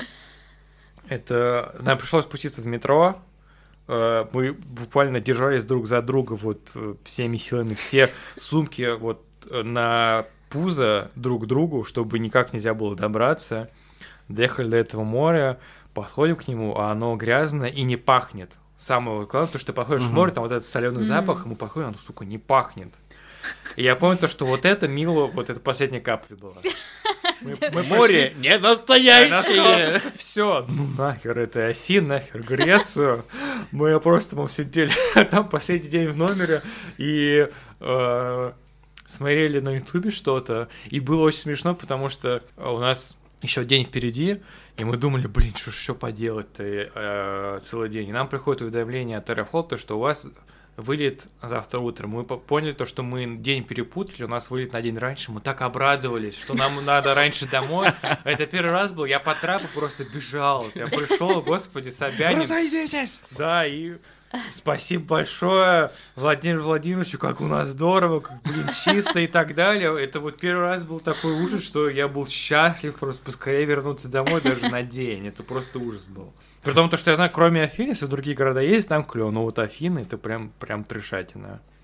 Это нам пришлось спуститься в метро. Мы буквально держались друг за друга вот всеми силами. Все сумки вот на... пузо друг к другу, чтобы никак нельзя было добраться. Доехали до этого моря, подходим к нему, а оно грязное и не пахнет. Самое вот главное, то, что ты подходишь uh-huh. в море, там вот этот соленый uh-huh. запах, мы подходим, оно, сука, не пахнет. И я помню то, что вот это Мило, вот это последняя капля была. Мы, мы море пошли... не настоящее. Все, ну нахер это Осин, нахер Грецию. Мы просто мы сидели там последний день в номере и... Э- смотрели на ютубе что-то, и было очень смешно, потому что у нас еще день впереди, и мы думали, блин, что ж еще поделать-то э, целый день. И нам приходит уведомление от Аэрофлота, что у вас вылет завтра утром. Мы поняли то, что мы день перепутали, у нас вылет на день раньше, мы так обрадовались, что нам надо раньше домой. Это первый раз был, я по трапу просто бежал. Я пришел, господи, Собянин. Разойдитесь! Да, и... Спасибо большое Владимиру Владимировичу, как у нас здорово, как, блин, чисто и так далее. Это вот первый раз был такой ужас, что я был счастлив просто поскорее вернуться домой даже на день. Это просто ужас был. При том, что я знаю, кроме Афин, если в другие города есть, там клево. Но вот Афины, это прям, прям трешатина.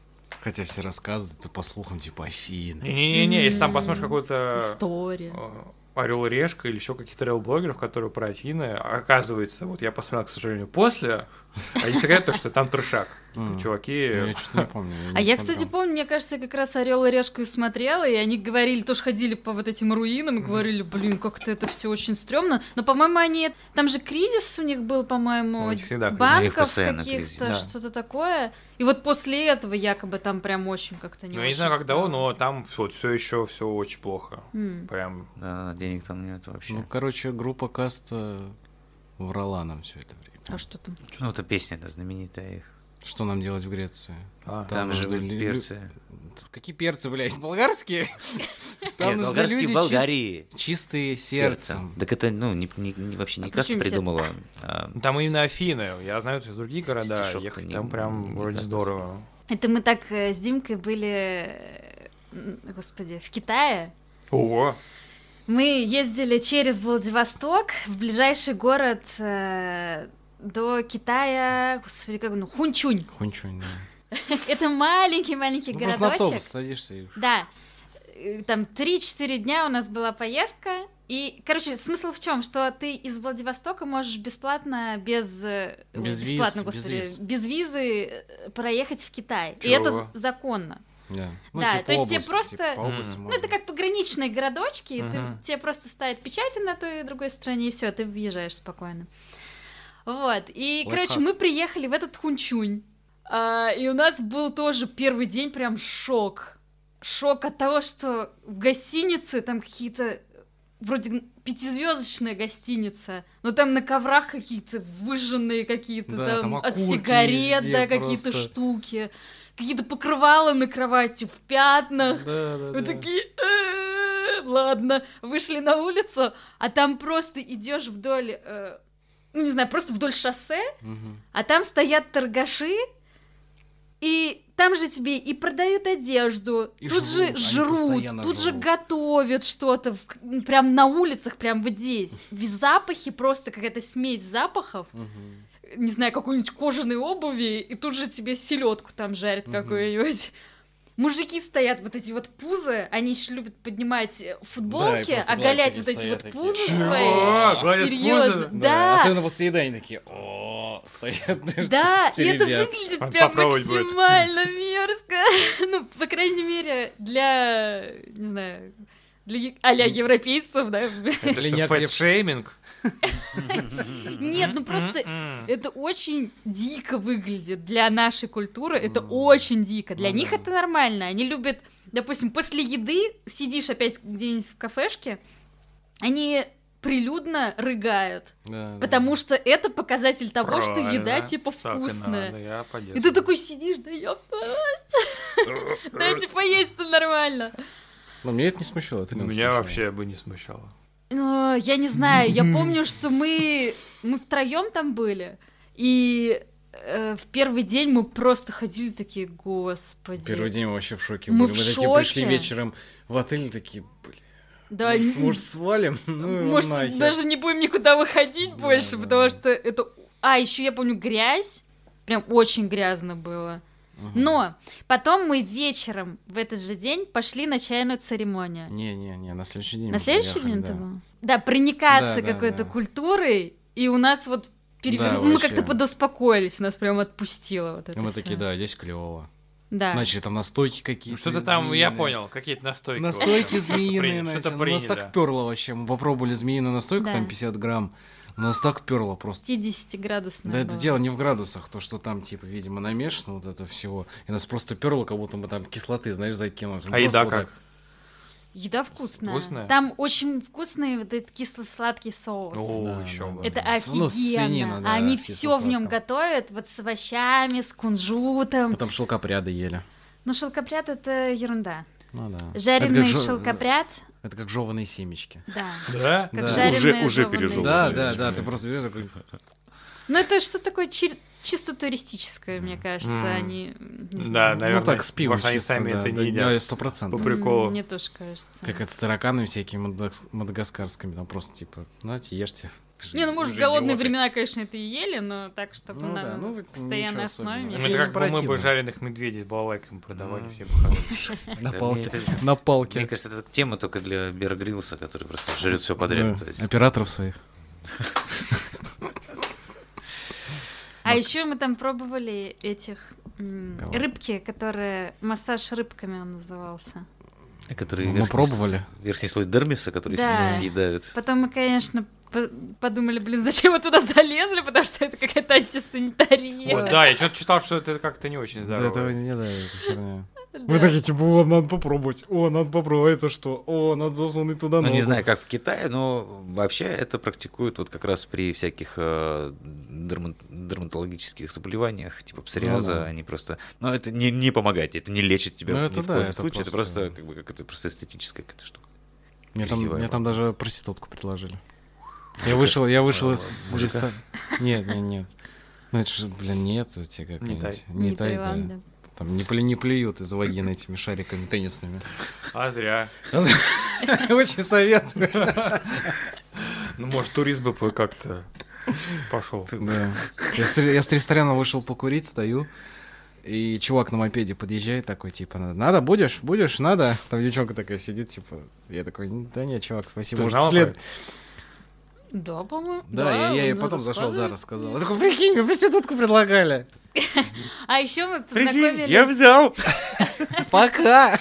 Хотя все рассказывают, это по слухам, типа, Афины. Не-не-не, если там посмотришь какой-то... История. Орел и Решка или еще каких-то реал-блогеров, которые про Афины, оказывается, вот я посмотрел, к сожалению, после, они говорят, что там трешак. Чуваки... Я что-то не помню. А я, кстати, помню, мне кажется, я как раз Орел и Решку и смотрела, и они говорили, тоже ходили по вот этим руинам и говорили, блин, как-то это все очень стрёмно. Но, по-моему, они... Там же кризис у них был, по-моему, банков каких-то, что-то такое. И вот после этого якобы там прям очень как-то не Ну, очень я не знаю, как стало. давно, но там вот все еще все очень плохо. М. Прям. Да, денег там нет вообще. Ну, короче, группа Каста врала нам все это время. А что там? Ну, это песня-то знаменитая их. Что нам делать в Греции? А, Там нужны живут лю- перцы. Какие перцы, блядь? Болгарские? Там Нет, нужны болгарские люди в Болгарии. чис- чистые сердцем. Так это, ну, не, не- не- вообще не А Каста почему те- придумала. а Там именно Афины. Я знаю, что другие города Стишок-то ехать, не- там не- прям не вроде Каста здорово. Это мы так э, с Димкой были, э, м, господи, в Китае. Ого! Мы ездили через Владивосток в ближайший город э, до Китая, господи, как ну, Хунчунь. Хунчунь, да. Это маленький-маленький Ну, просто на городочек. автобус садишься и... Да, Э, там три-четыре дня у нас была поездка. И, короче, смысл в чем? Что ты из Владивостока можешь бесплатно, без... э, ой, Без виз, бесплатно, без господи, виз. без визы э, проехать в Китай. И Чего? это з- законно. Да, ну, Да, типа то есть тебе область, просто- типа, по Мгм. области Ну, можно. это как пограничные городочки, и ты- Мгм. тебе просто ставят печати на той и другой стороне, и все, ты въезжаешь спокойно. Вот, и, Лайфхак. короче, мы приехали в этот Хунчунь, а, и у нас был тоже первый день прям шок. Шок от того, что в гостинице там какие-то, вроде пятизвездочная гостиница, но там на коврах какие-то выжженные какие-то Да, там, там от окурки сигарет, везде да, какие-то просто. штуки, какие-то покрывала на кровати в пятнах. Да, да, Мы да. такие, «Э, ладно, вышли на улицу, а там просто идешь вдоль, э, ну не знаю, просто вдоль шоссе, Мгм. а там стоят торгаши, и там же тебе и продают одежду, И тут жрут, же они жрут, постоянно тут же жрут. готовят что-то, в- прям на улицах, прям вот здесь. В запахе просто какая-то смесь запахов, Мгм. не знаю, какой-нибудь кожаной обуви, и тут же тебе селедку там жарят Мгм. какую-нибудь. Мужики стоят, вот эти вот пузы, они еще любят поднимать Да, и футболки, просто оголять гладкие вот эти стоят вот такие. пузы Чего? свои. Гладят Серьезно, пузы? да. Особенно после еды они такие, о, стоят. Да, и это теребят. выглядит Надо прям попробовать будет. максимально мерзко. Ну, по крайней мере, для, не знаю, для е- а-ля европейцев, да. Это Или что, не окреп- фэт-шейминг? Нет, ну просто М-м. это очень дико выглядит для нашей культуры, это М. очень дико. Для Ну них да. это нормально. Они любят, допустим, после еды сидишь опять где-нибудь в кафешке, они прилюдно рыгают, Да, да. потому что это показатель того, что еда Правильно. типа Так и вкусная. надо, я И поддерживаю. ты такой сидишь, да я дайте поесть-то нормально. Но меня это не смущало. это Ну, не Меня смущало. вообще бы не смущало. Ну, я не знаю, я помню, что мы, мы втроем там были, и э, в первый день мы просто ходили такие, господи. Первый день мы вообще в шоке Мы были. в Мы такие шоке. пришли вечером в отель, такие, блин, Да, может, н- может, свалим? Ну, его может, нахер. даже не будем никуда выходить Да, больше, да, потому да. что это... А, еще я помню, грязь, прям очень грязно было. Мгм. Но потом мы вечером в этот же день пошли на чайную церемонию. Не-не-не, на следующий день. На мы следующий поехали, день да. это было? Да, проникаться Да, да, какой-то да. культурой, и у нас вот перевер... Да, ну, мы вообще. как-то подуспокоились, нас прям отпустило вот это И мы всё. такие, да, здесь клево. Да. Начали там настойки Ну, какие-то. что-то там, я змеиные. понял, какие-то настойки. Настойки в общем. змеиные, Что-то начали. что-то Ну, у нас приняли. так перло вообще. Мы попробовали змеиную настойку, Да. там пятьдесят грамм. У нас так перло просто. пятидесятиградусная Да, это была. дело не в градусах, то, что там, типа, видимо, намешано вот это всего. И нас просто перло, как будто мы там кислоты, знаешь, закинулось. Мы А просто еда вот как? так- Еда вкусная. Вкусная? Там очень вкусный вот этот кисло-сладкий соус. О, Да, еще да, бы. да. Это Ну, офигенно. свинина, да, Они в все в нем кисло-сладком. готовят, вот с овощами, с кунжутом. Мы там шелкопряды ели. Но шелкопряд это ерунда. Ну да. Жареный это как, жё- шелкопряд, это как жеваные семечки. да. Да? Как Да. жареные Уже- уже жёванные пережёл. Да, семечки. да, да, ты просто берешь такой... Ну это что такое чир- чисто туристическое, мне кажется, М. они... не Да, знаю. наверное. Ну так, с пивом Может, они чисто, сами да, это да, не едят. Да, сто процентов. По приколу. М, Мне тоже кажется. Как это с тараканами всякими мадагас- мадагаскарскими, там просто типа, знаете, ешьте. Не, ну, может, в Вы же голодные идиоты. времена, конечно, это и ели, но так, чтобы Ну на да, ну, вот постоянной ничего основе. особенного. Ну, нет. это не как бы мы бы противно. жареных медведей с балалайками продавали, Ну. все бы хорошие. На Да, палке. мне это- На Мне палке. кажется, это тема только для Бера Гриллса, который просто жрет все подряд. Да, то есть. Операторов своих. А еще мы там пробовали этих м, Кого? рыбки, которые массаж рыбками он назывался. Которые Мы верхний пробовали. слой- Верхний слой дермиса, который Да. съедают. Потом мы, конечно, по- подумали, блин, зачем мы туда залезли, потому что это какая-то антисанитария. Вот, да, я что-то читал, что это как-то не очень Да, здорово. этого не да, это херня. Да. Вы такие, типа, о, надо попробовать. О, надо попробовать. Это что? О, надо засунуть туда Ну, не ногу. знаю, как в Китае, но вообще это практикуют вот как раз при всяких э, дерма- дерматологических заболеваниях, типа псориаза, Ну да. они просто... Но это не, не помогает, это не лечит тебя Ну, ни это в да, коем это случае, это просто- просто как бы как это просто эстетическая какая-то штука. Мне там, Красивая мне там баба. даже проститутку предложили. Я вышел, я вышел А, из мужика? ресторана. Нет, нет, нет. Ну это же, блин, нет, эти как Не тай. Не Не тай, да. Таиланд, да. Там не, плю- не плюют из вагины этими шариками теннисными. А зря. Очень советую. Ну, может, турист бы по- как-то пошел. Да. Я с, я с ресторана вышел покурить, стою, и чувак на мопеде подъезжает такой, типа, надо, будешь, будешь, надо. Там девчонка такая сидит, типа, я такой, да нет, чувак, спасибо. Ты Может, знала след- про Да, по-моему. Да, я, я ей он потом зашел, да, рассказывает. рассказал. Я такой, прикинь, мне проститутку предлагали. А еще мы Прикинь, познакомились... я взял! Пока!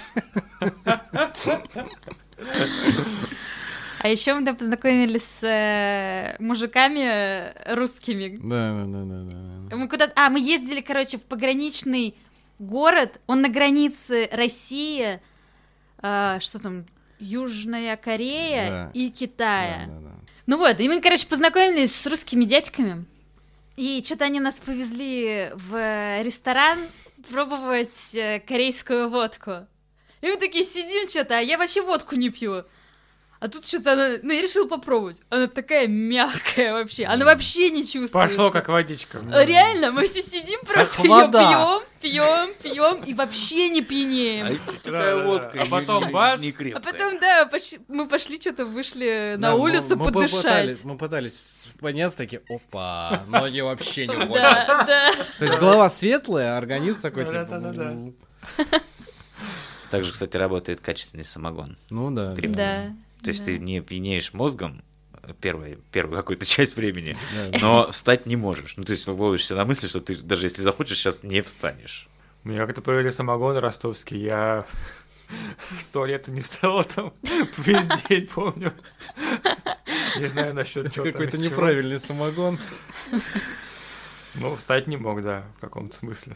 А еще мы там познакомились с э, мужиками э, русскими. Да, да, да, да, да. Мы куда А, мы ездили, короче, в пограничный город. Он на границе России, э, что там, Южная Корея Да. и Китая. Да, да, да. Ну вот, и мы, короче, познакомились с русскими дядьками. И что-то они нас повезли в ресторан пробовать э, корейскую водку. И мы такие сидим что-то, а я вообще водку не пью. А тут что-то она... Ну, я решила попробовать. Она такая мягкая вообще. Она вообще не чувствуется. Пошло как водичка. Реально, мы все сидим, просто ее вода. пьем, пьем, пьем и вообще не пьянеем. Какая Да-да-да. водка, А не- потом не- бац. не А крепкая. потом, да, пош- мы пошли что-то, вышли на Да, мы- улицу мы подышать. попытались- Мы пытались подняться, такие, опа, но они вообще не ходят. Да, да. То есть голова светлая, а организм такой, типа... Да-да-да-да. Также, кстати, работает качественный самогон. Ну да. Крепкий. Да. То есть да. ты не пьянеешь мозгом первую, первую какую-то часть времени, Да. но встать не можешь. Ну, то есть ловишься на мысли, что ты даже если захочешь, сейчас не встанешь. Меня как-то провели самогон ростовский, я с туалета не встал там весь день, помню. Не знаю насчет чего там. Какой-то из чего. неправильный самогон. Ну, встать не мог, да, в каком-то смысле.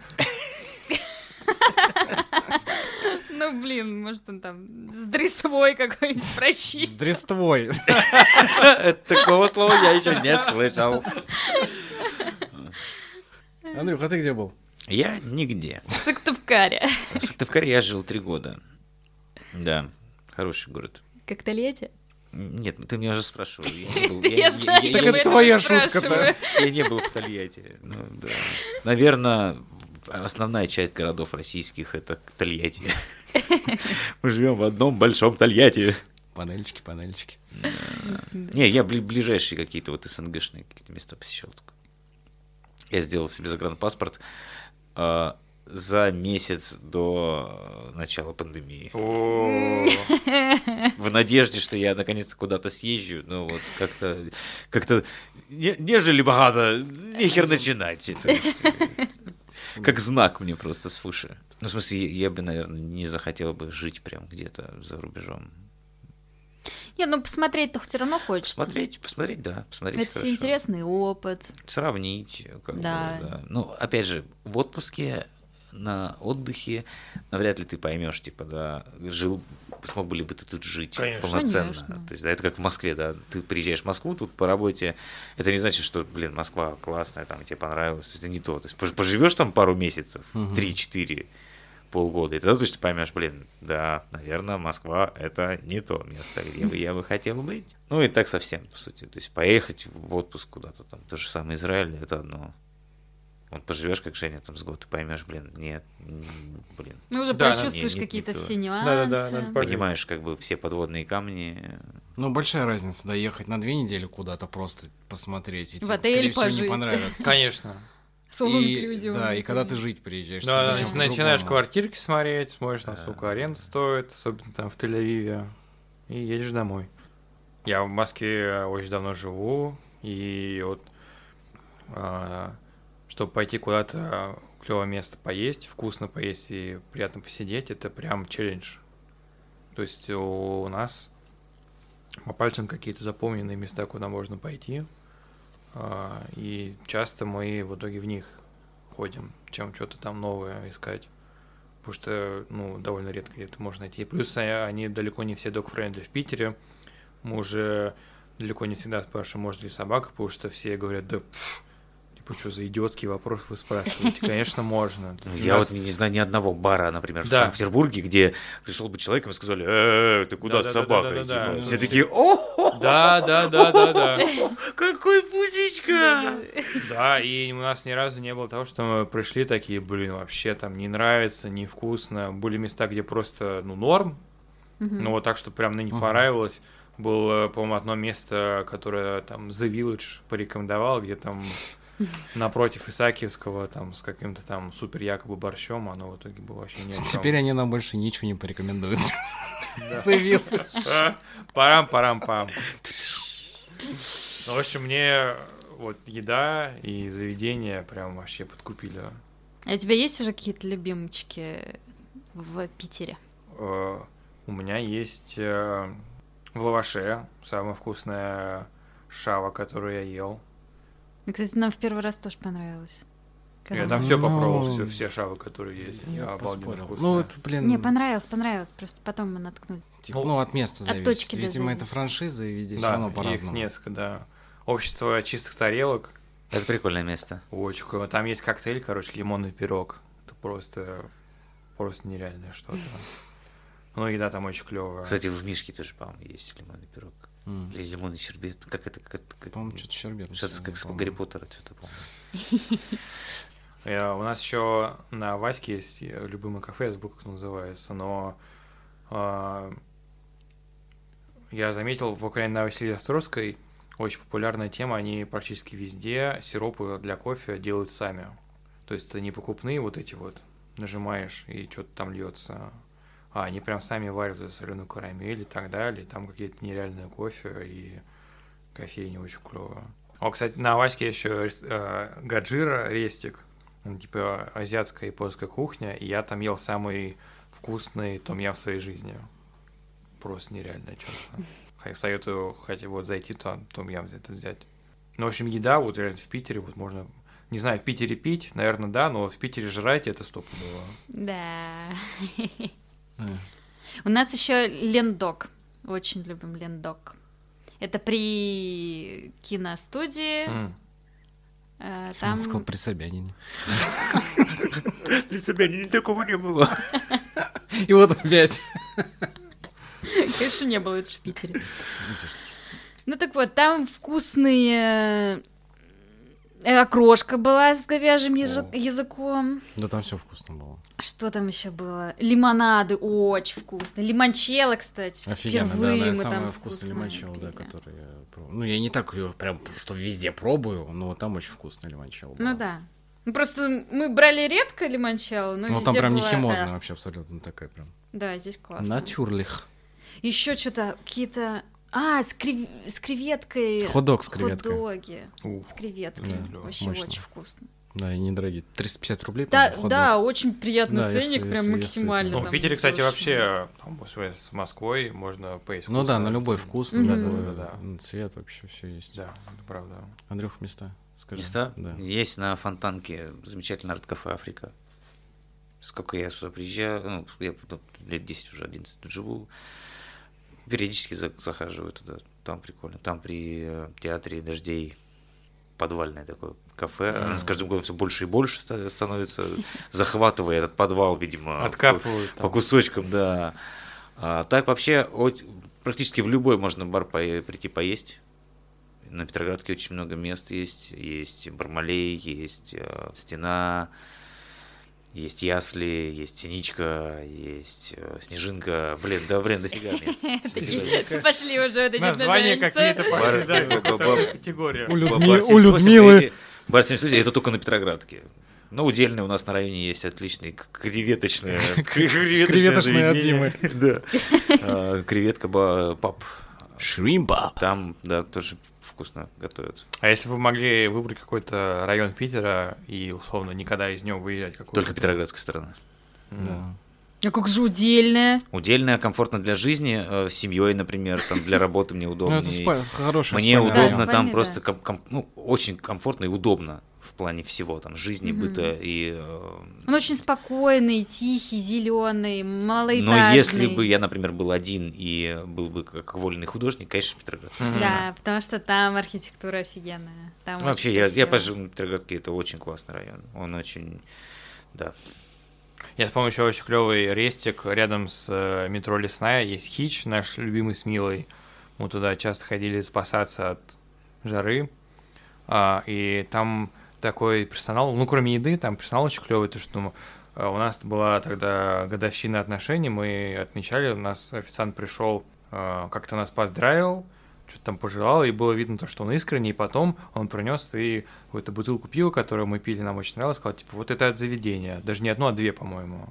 Ну, блин, может, он там с дресвой какой-нибудь прочистил. С дрествой. Такого слова я еще не слышал. Андрюх, а ты где был? Я нигде. В Сыктывкаре. В Сыктывкаре я жил три года. Да, хороший город. Как Тольятти? Нет, ты меня уже спрашивал. Я не был, Да я знаю, я- я я- это поэтому твоя и шутка-то. спрашиваю. я не был в Тольятти. Ну, да. Наверное, основная часть городов российских — это Тольятти. Мы живем в одном большом Тольятти. Панельчики, панельчики. Не, я бли- ближайшие какие-то вот СНГшные какие-то места посещал. только. Я сделал себе загранпаспорт э, за месяц до начала пандемии. О, В надежде, что я наконец-то куда-то съезжу. Ну вот как-то, как-то не- нежели богато, нехер начинать. То есть, как знак мне просто свыше. Ну, в смысле, я, я бы, наверное, не захотел бы жить прям где-то за рубежом. Не, ну посмотреть-то все равно хочется. Посмотреть, посмотреть, да, посмотреть Это все хорошо. интересный опыт. Сравнить. Как Да. бы, да. Ну, опять же, в отпуске, на отдыхе, навряд ли ты поймешь, типа, да, жил, смог бы ли бы ты тут жить Конечно. полноценно. Конечно. То есть, да, это как в Москве, да, ты приезжаешь в Москву тут по работе, это не значит, что, блин, Москва классная, там, тебе понравилось, то есть, это не то. То есть, пож- поживешь там пару месяцев, Мгм. три-четыре, полгода, и тогда точно поймешь, блин, да, наверное, Москва — это не то место, где бы я бы хотел быть. Ну и так совсем, по сути. То есть поехать в отпуск куда-то там, то же самое Израиль, это одно. Вот поживешь, как Женя, там с год, ты поймешь, блин, нет, блин. Ну, уже Да, прочувствуешь не- не- какие-то не то. все нюансы. Да-да-да, надо пожить. Понимаешь, как бы все подводные камни. Ну, большая разница, да, ехать на две недели куда-то просто посмотреть. И В тебе, отель скорее всего, пожить. не понравится. Конечно. С улыбкой И, уйдем. да, и когда ты жить приезжаешь, Да, да, совсем если начинаешь по-другому. квартирки смотреть, смотришь, там, сколько аренда стоит, особенно там в Тель-Авиве, и едешь домой. Я в Москве очень давно живу, и вот, а, чтобы пойти куда-то в клевое место поесть, вкусно поесть и приятно посидеть, это прям челлендж. То есть у нас по пальцам какие-то запомненные места, куда можно пойти, а, и часто мы в итоге в них ходим, чем что-то там новое искать. Потому что, ну, довольно редко где-то можно найти. И плюс а- они далеко не все dog-friendly в Питере. Мы уже далеко не всегда спрашиваем, может ли собака, потому что все говорят, да пф, типа, что за идиотский вопрос вы спрашиваете? Конечно, можно. Я У нас- вот не знаю ни одного бара, например, в Да. Санкт-Петербурге, где пришел бы человек, и мы сказали, э, ты куда с собакой? Да-да-да-да-да-да. Типа, Все такие, о, Да, да, да, да, да. какой пузичка! Да, и у нас ни разу не было того, что мы пришли такие, блин, вообще там не нравится, невкусно. Были места, где просто, ну, норм, ну, вот так, что прям на не Мгм. понравилось. Было, по-моему, одно место, которое там The Village порекомендовал, где там напротив Исаакиевского, там, с каким-то там супер якобы борщом, оно в итоге было вообще ни о чём. Теперь они нам больше ничего не порекомендуют. Заявил. Парам-парам-пам. Ну, в общем, мне вот еда и заведения прям вообще подкупили. А у тебя есть уже какие-то любимчики в Питере? Э, У меня есть э, в лаваше самая вкусная шава, которую я ел. Ну, кстати, нам в первый раз тоже понравилось. Когда Я там мы- все Ну, попробовал, все, все шавы, которые есть. Они Я обалденно поспорил. вкусные. Ну, это, блин, Не, понравилось, понравилось. Просто потом мы наткнули. типа, ну, от места От зависит. точки, да, Видимо, это зависит. франшиза, и везде все да, равно их по-разному. несколько, да. Общество чистых тарелок. Это прикольное место. Очень круто. Там есть коктейль, короче, лимонный пирог. Это просто, просто нереальное что-то. Ну, еда там очень клевая. Кстати, в Мишке тоже, по-моему, есть лимонный пирог. М. Или лимонный щербет. Как это? Как, как- По-моему, что-то щербет. Что-то как с по-моему. Гарри Поттера, что-то помню. Э, У нас еще на Ваське есть э, любимое кафе, я забыл, как оно называется, но а, я заметил, по крайней мере, на Василии Островской очень популярная тема, они практически везде сиропы для кофе делают сами. То есть это не покупные вот эти вот, нажимаешь и что-то там льется, а они прям сами варят эту соленую карамель и так далее, там какие-то нереальные кофе и кофейня очень клевая. О, кстати, на Ваське еще э, гаджира, рестик, ну, типа азиатская и японская кухня, и я там ел самый вкусный том-ям в своей жизни. Просто нереальное чувство. Советую хотя вот зайти, то том-ям это взять. Ну, в общем, еда, вот реально в Питере, вот можно, не знаю, в Питере пить, наверное, да, но в Питере жрать это стопудово. Да. Э. У нас еще Лендок. Очень любим Лендок. Это при киностудии. М. э, Он Там сказал при Собянине. При себе такого не было. И вот опять. Конечно, не было, это же в Питере. Ну так вот, там вкусные... э, окрошка была с говяжьим язы- языком. Да там все вкусно было. Что там еще было? Лимонады очень вкусные. Лимончелло, кстати. Офигенно, да, Впервые наверное, мы самое там вкусное вкусное лимончелло, да, пили. которое я пробовал. Ну, я не так ее прям, что везде пробую, но там очень вкусное лимончелло было. Ну да. Ну, просто мы брали редко лимончелло, но Ну, везде там прям не было, химозная э, вообще абсолютно такая прям. Да, здесь классно. Натюрлих. Еще что-то какие-то... А, с, крев- с креветкой. Хот-дог с креветкой. Хот-доги Ух, с креветкой. Да, Вообще мощно. очень вкусно. Да, и недорогие. триста пятьдесят рублей, Да, по-моему, хот-дог. да, очень приятный Да, если- ценник, прям если- максимально. Ну, в там Питере, кстати, дёшево. вообще, там, с Москвой можно поесть Ну да, вкусно. на любой вкус, Мгм. на Да, любой да, да. м, цвет вообще все есть. Да, это правда. Андрюх, места, скажи. Места? Да. Есть на Фонтанке замечательное арт-кафе «Африка». Сколько я сюда приезжаю, ну, я тут лет десять уже, одиннадцать тут живу, периодически за- захаживаю туда, там прикольно. Там при э, театре «Дождей» подвальное такое кафе, оно с каждым годом все больше и больше ста- становится, захватывая этот подвал, видимо, Откапывают. по там. кусочкам, да. А так вообще от- практически в любой можно бар по- прийти поесть. На Петроградке очень много мест есть. Есть Бармалей, есть э, Стена, есть Ясли, есть Синичка, есть э, Снежинка. Блин, да, блин, дофига мест. Пошли уже вот эти Названия какие-то пошли, да, Бар- какую-то категорию. У Людми- Бар у семьдесят восемь, Людмилы. Бар семьдесят восемь, это только на Петроградке. Ну, удельный у нас на районе есть отличный к- креветочное Креветочное от заведение. Да. А, Креветка ба- паб. Шримба. Там, да, тоже вкусно готовят. А если вы могли выбрать какой-то район Питера и, условно, никогда из него выезжать какой-то... Только Петроградская сторона. Да. А как же удельная? Удельная, комфортно для жизни, э, с семьей, например, там для работы мне Ну, удобно. это спа- хорошая Мне спальня. удобно, Да, там спальня, просто да. ком- ком- ну, очень комфортно и удобно в плане всего, там, жизни, Мгм. быта и... э, Он очень спокойный, тихий, зеленый, малоэтажный. Но если бы я, например, был один и был бы как вольный художник, конечно, Петроградская Мгм. сторона. Да, потому что там архитектура офигенная. Там Ну, Вообще, очень я, я красиво. пожил на Петроградке, это очень классный район. Он очень, да. Я вспомнил еще очень клевый рестик рядом с э, метро Лесная. Есть Хич, наш любимый с Милой. Мы туда часто ходили спасаться от жары. А, и там такой персонал, ну, кроме еды, там персонал очень клевый. То, что э, у нас была тогда годовщина отношений, мы отмечали, у нас официант пришел, э, как-то нас поздравил, что-то там пожелал, и было видно то, что он искренний, и потом он принес и какую-то бутылку пива, которую мы пили, нам очень нравилось, сказал, типа, вот это от заведения, даже не одну, а две, по-моему.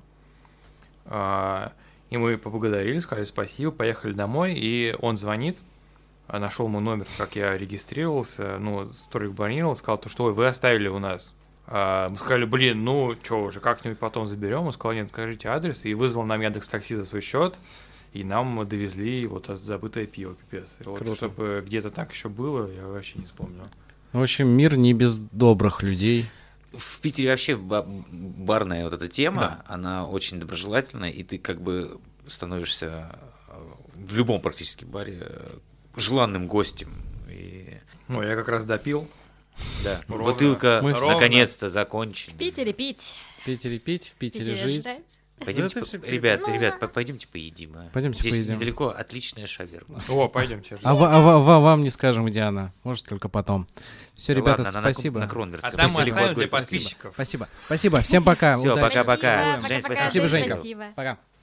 А, и мы поблагодарили, сказали спасибо, поехали домой, и он звонит, нашел мой номер, как я регистрировался, ну, столик бронировал, сказал, то, что, ой, вы оставили у нас. А, мы сказали, блин, ну, что уже, как-нибудь потом заберем. Он сказал, нет, скажите адрес, и вызвал нам Яндекс.Такси за свой счет. И нам довезли вот забытое пиво, пипец. И вот, Круто. чтобы где-то так еще было, я вообще не вспомню. В общем, мир не без добрых людей. В Питере вообще ба- барная вот эта тема, она очень доброжелательная, и ты как бы становишься э, в любом практически баре э, желанным гостем. И, Ну, я как раз допил. да, Ровно. бутылка Мы- наконец-то закончена. В Питере пить. В Питере пить, в В Питере Питере жить. жрать. Пойдемте, Да по- ты всё- ребят, Ну, ребят, по- пойдемте поедим. а. Пойдемте Здесь поедим. недалеко отличная шаверма. О, пойдемте. А, ва- а ва- ва- вам не скажем, где она. Может, только потом. Все, Да ребята, ладно, она на- спасибо. На Кронверсе. А там мы Спасибо, оставим Горький, для спасибо. подписчиков. Спасибо. Спасибо. Всем пока. Всё, Удачи. пока-пока. Спасибо, Жень, пока-пока, Спасибо, Жень, Женька. спасибо. Пока.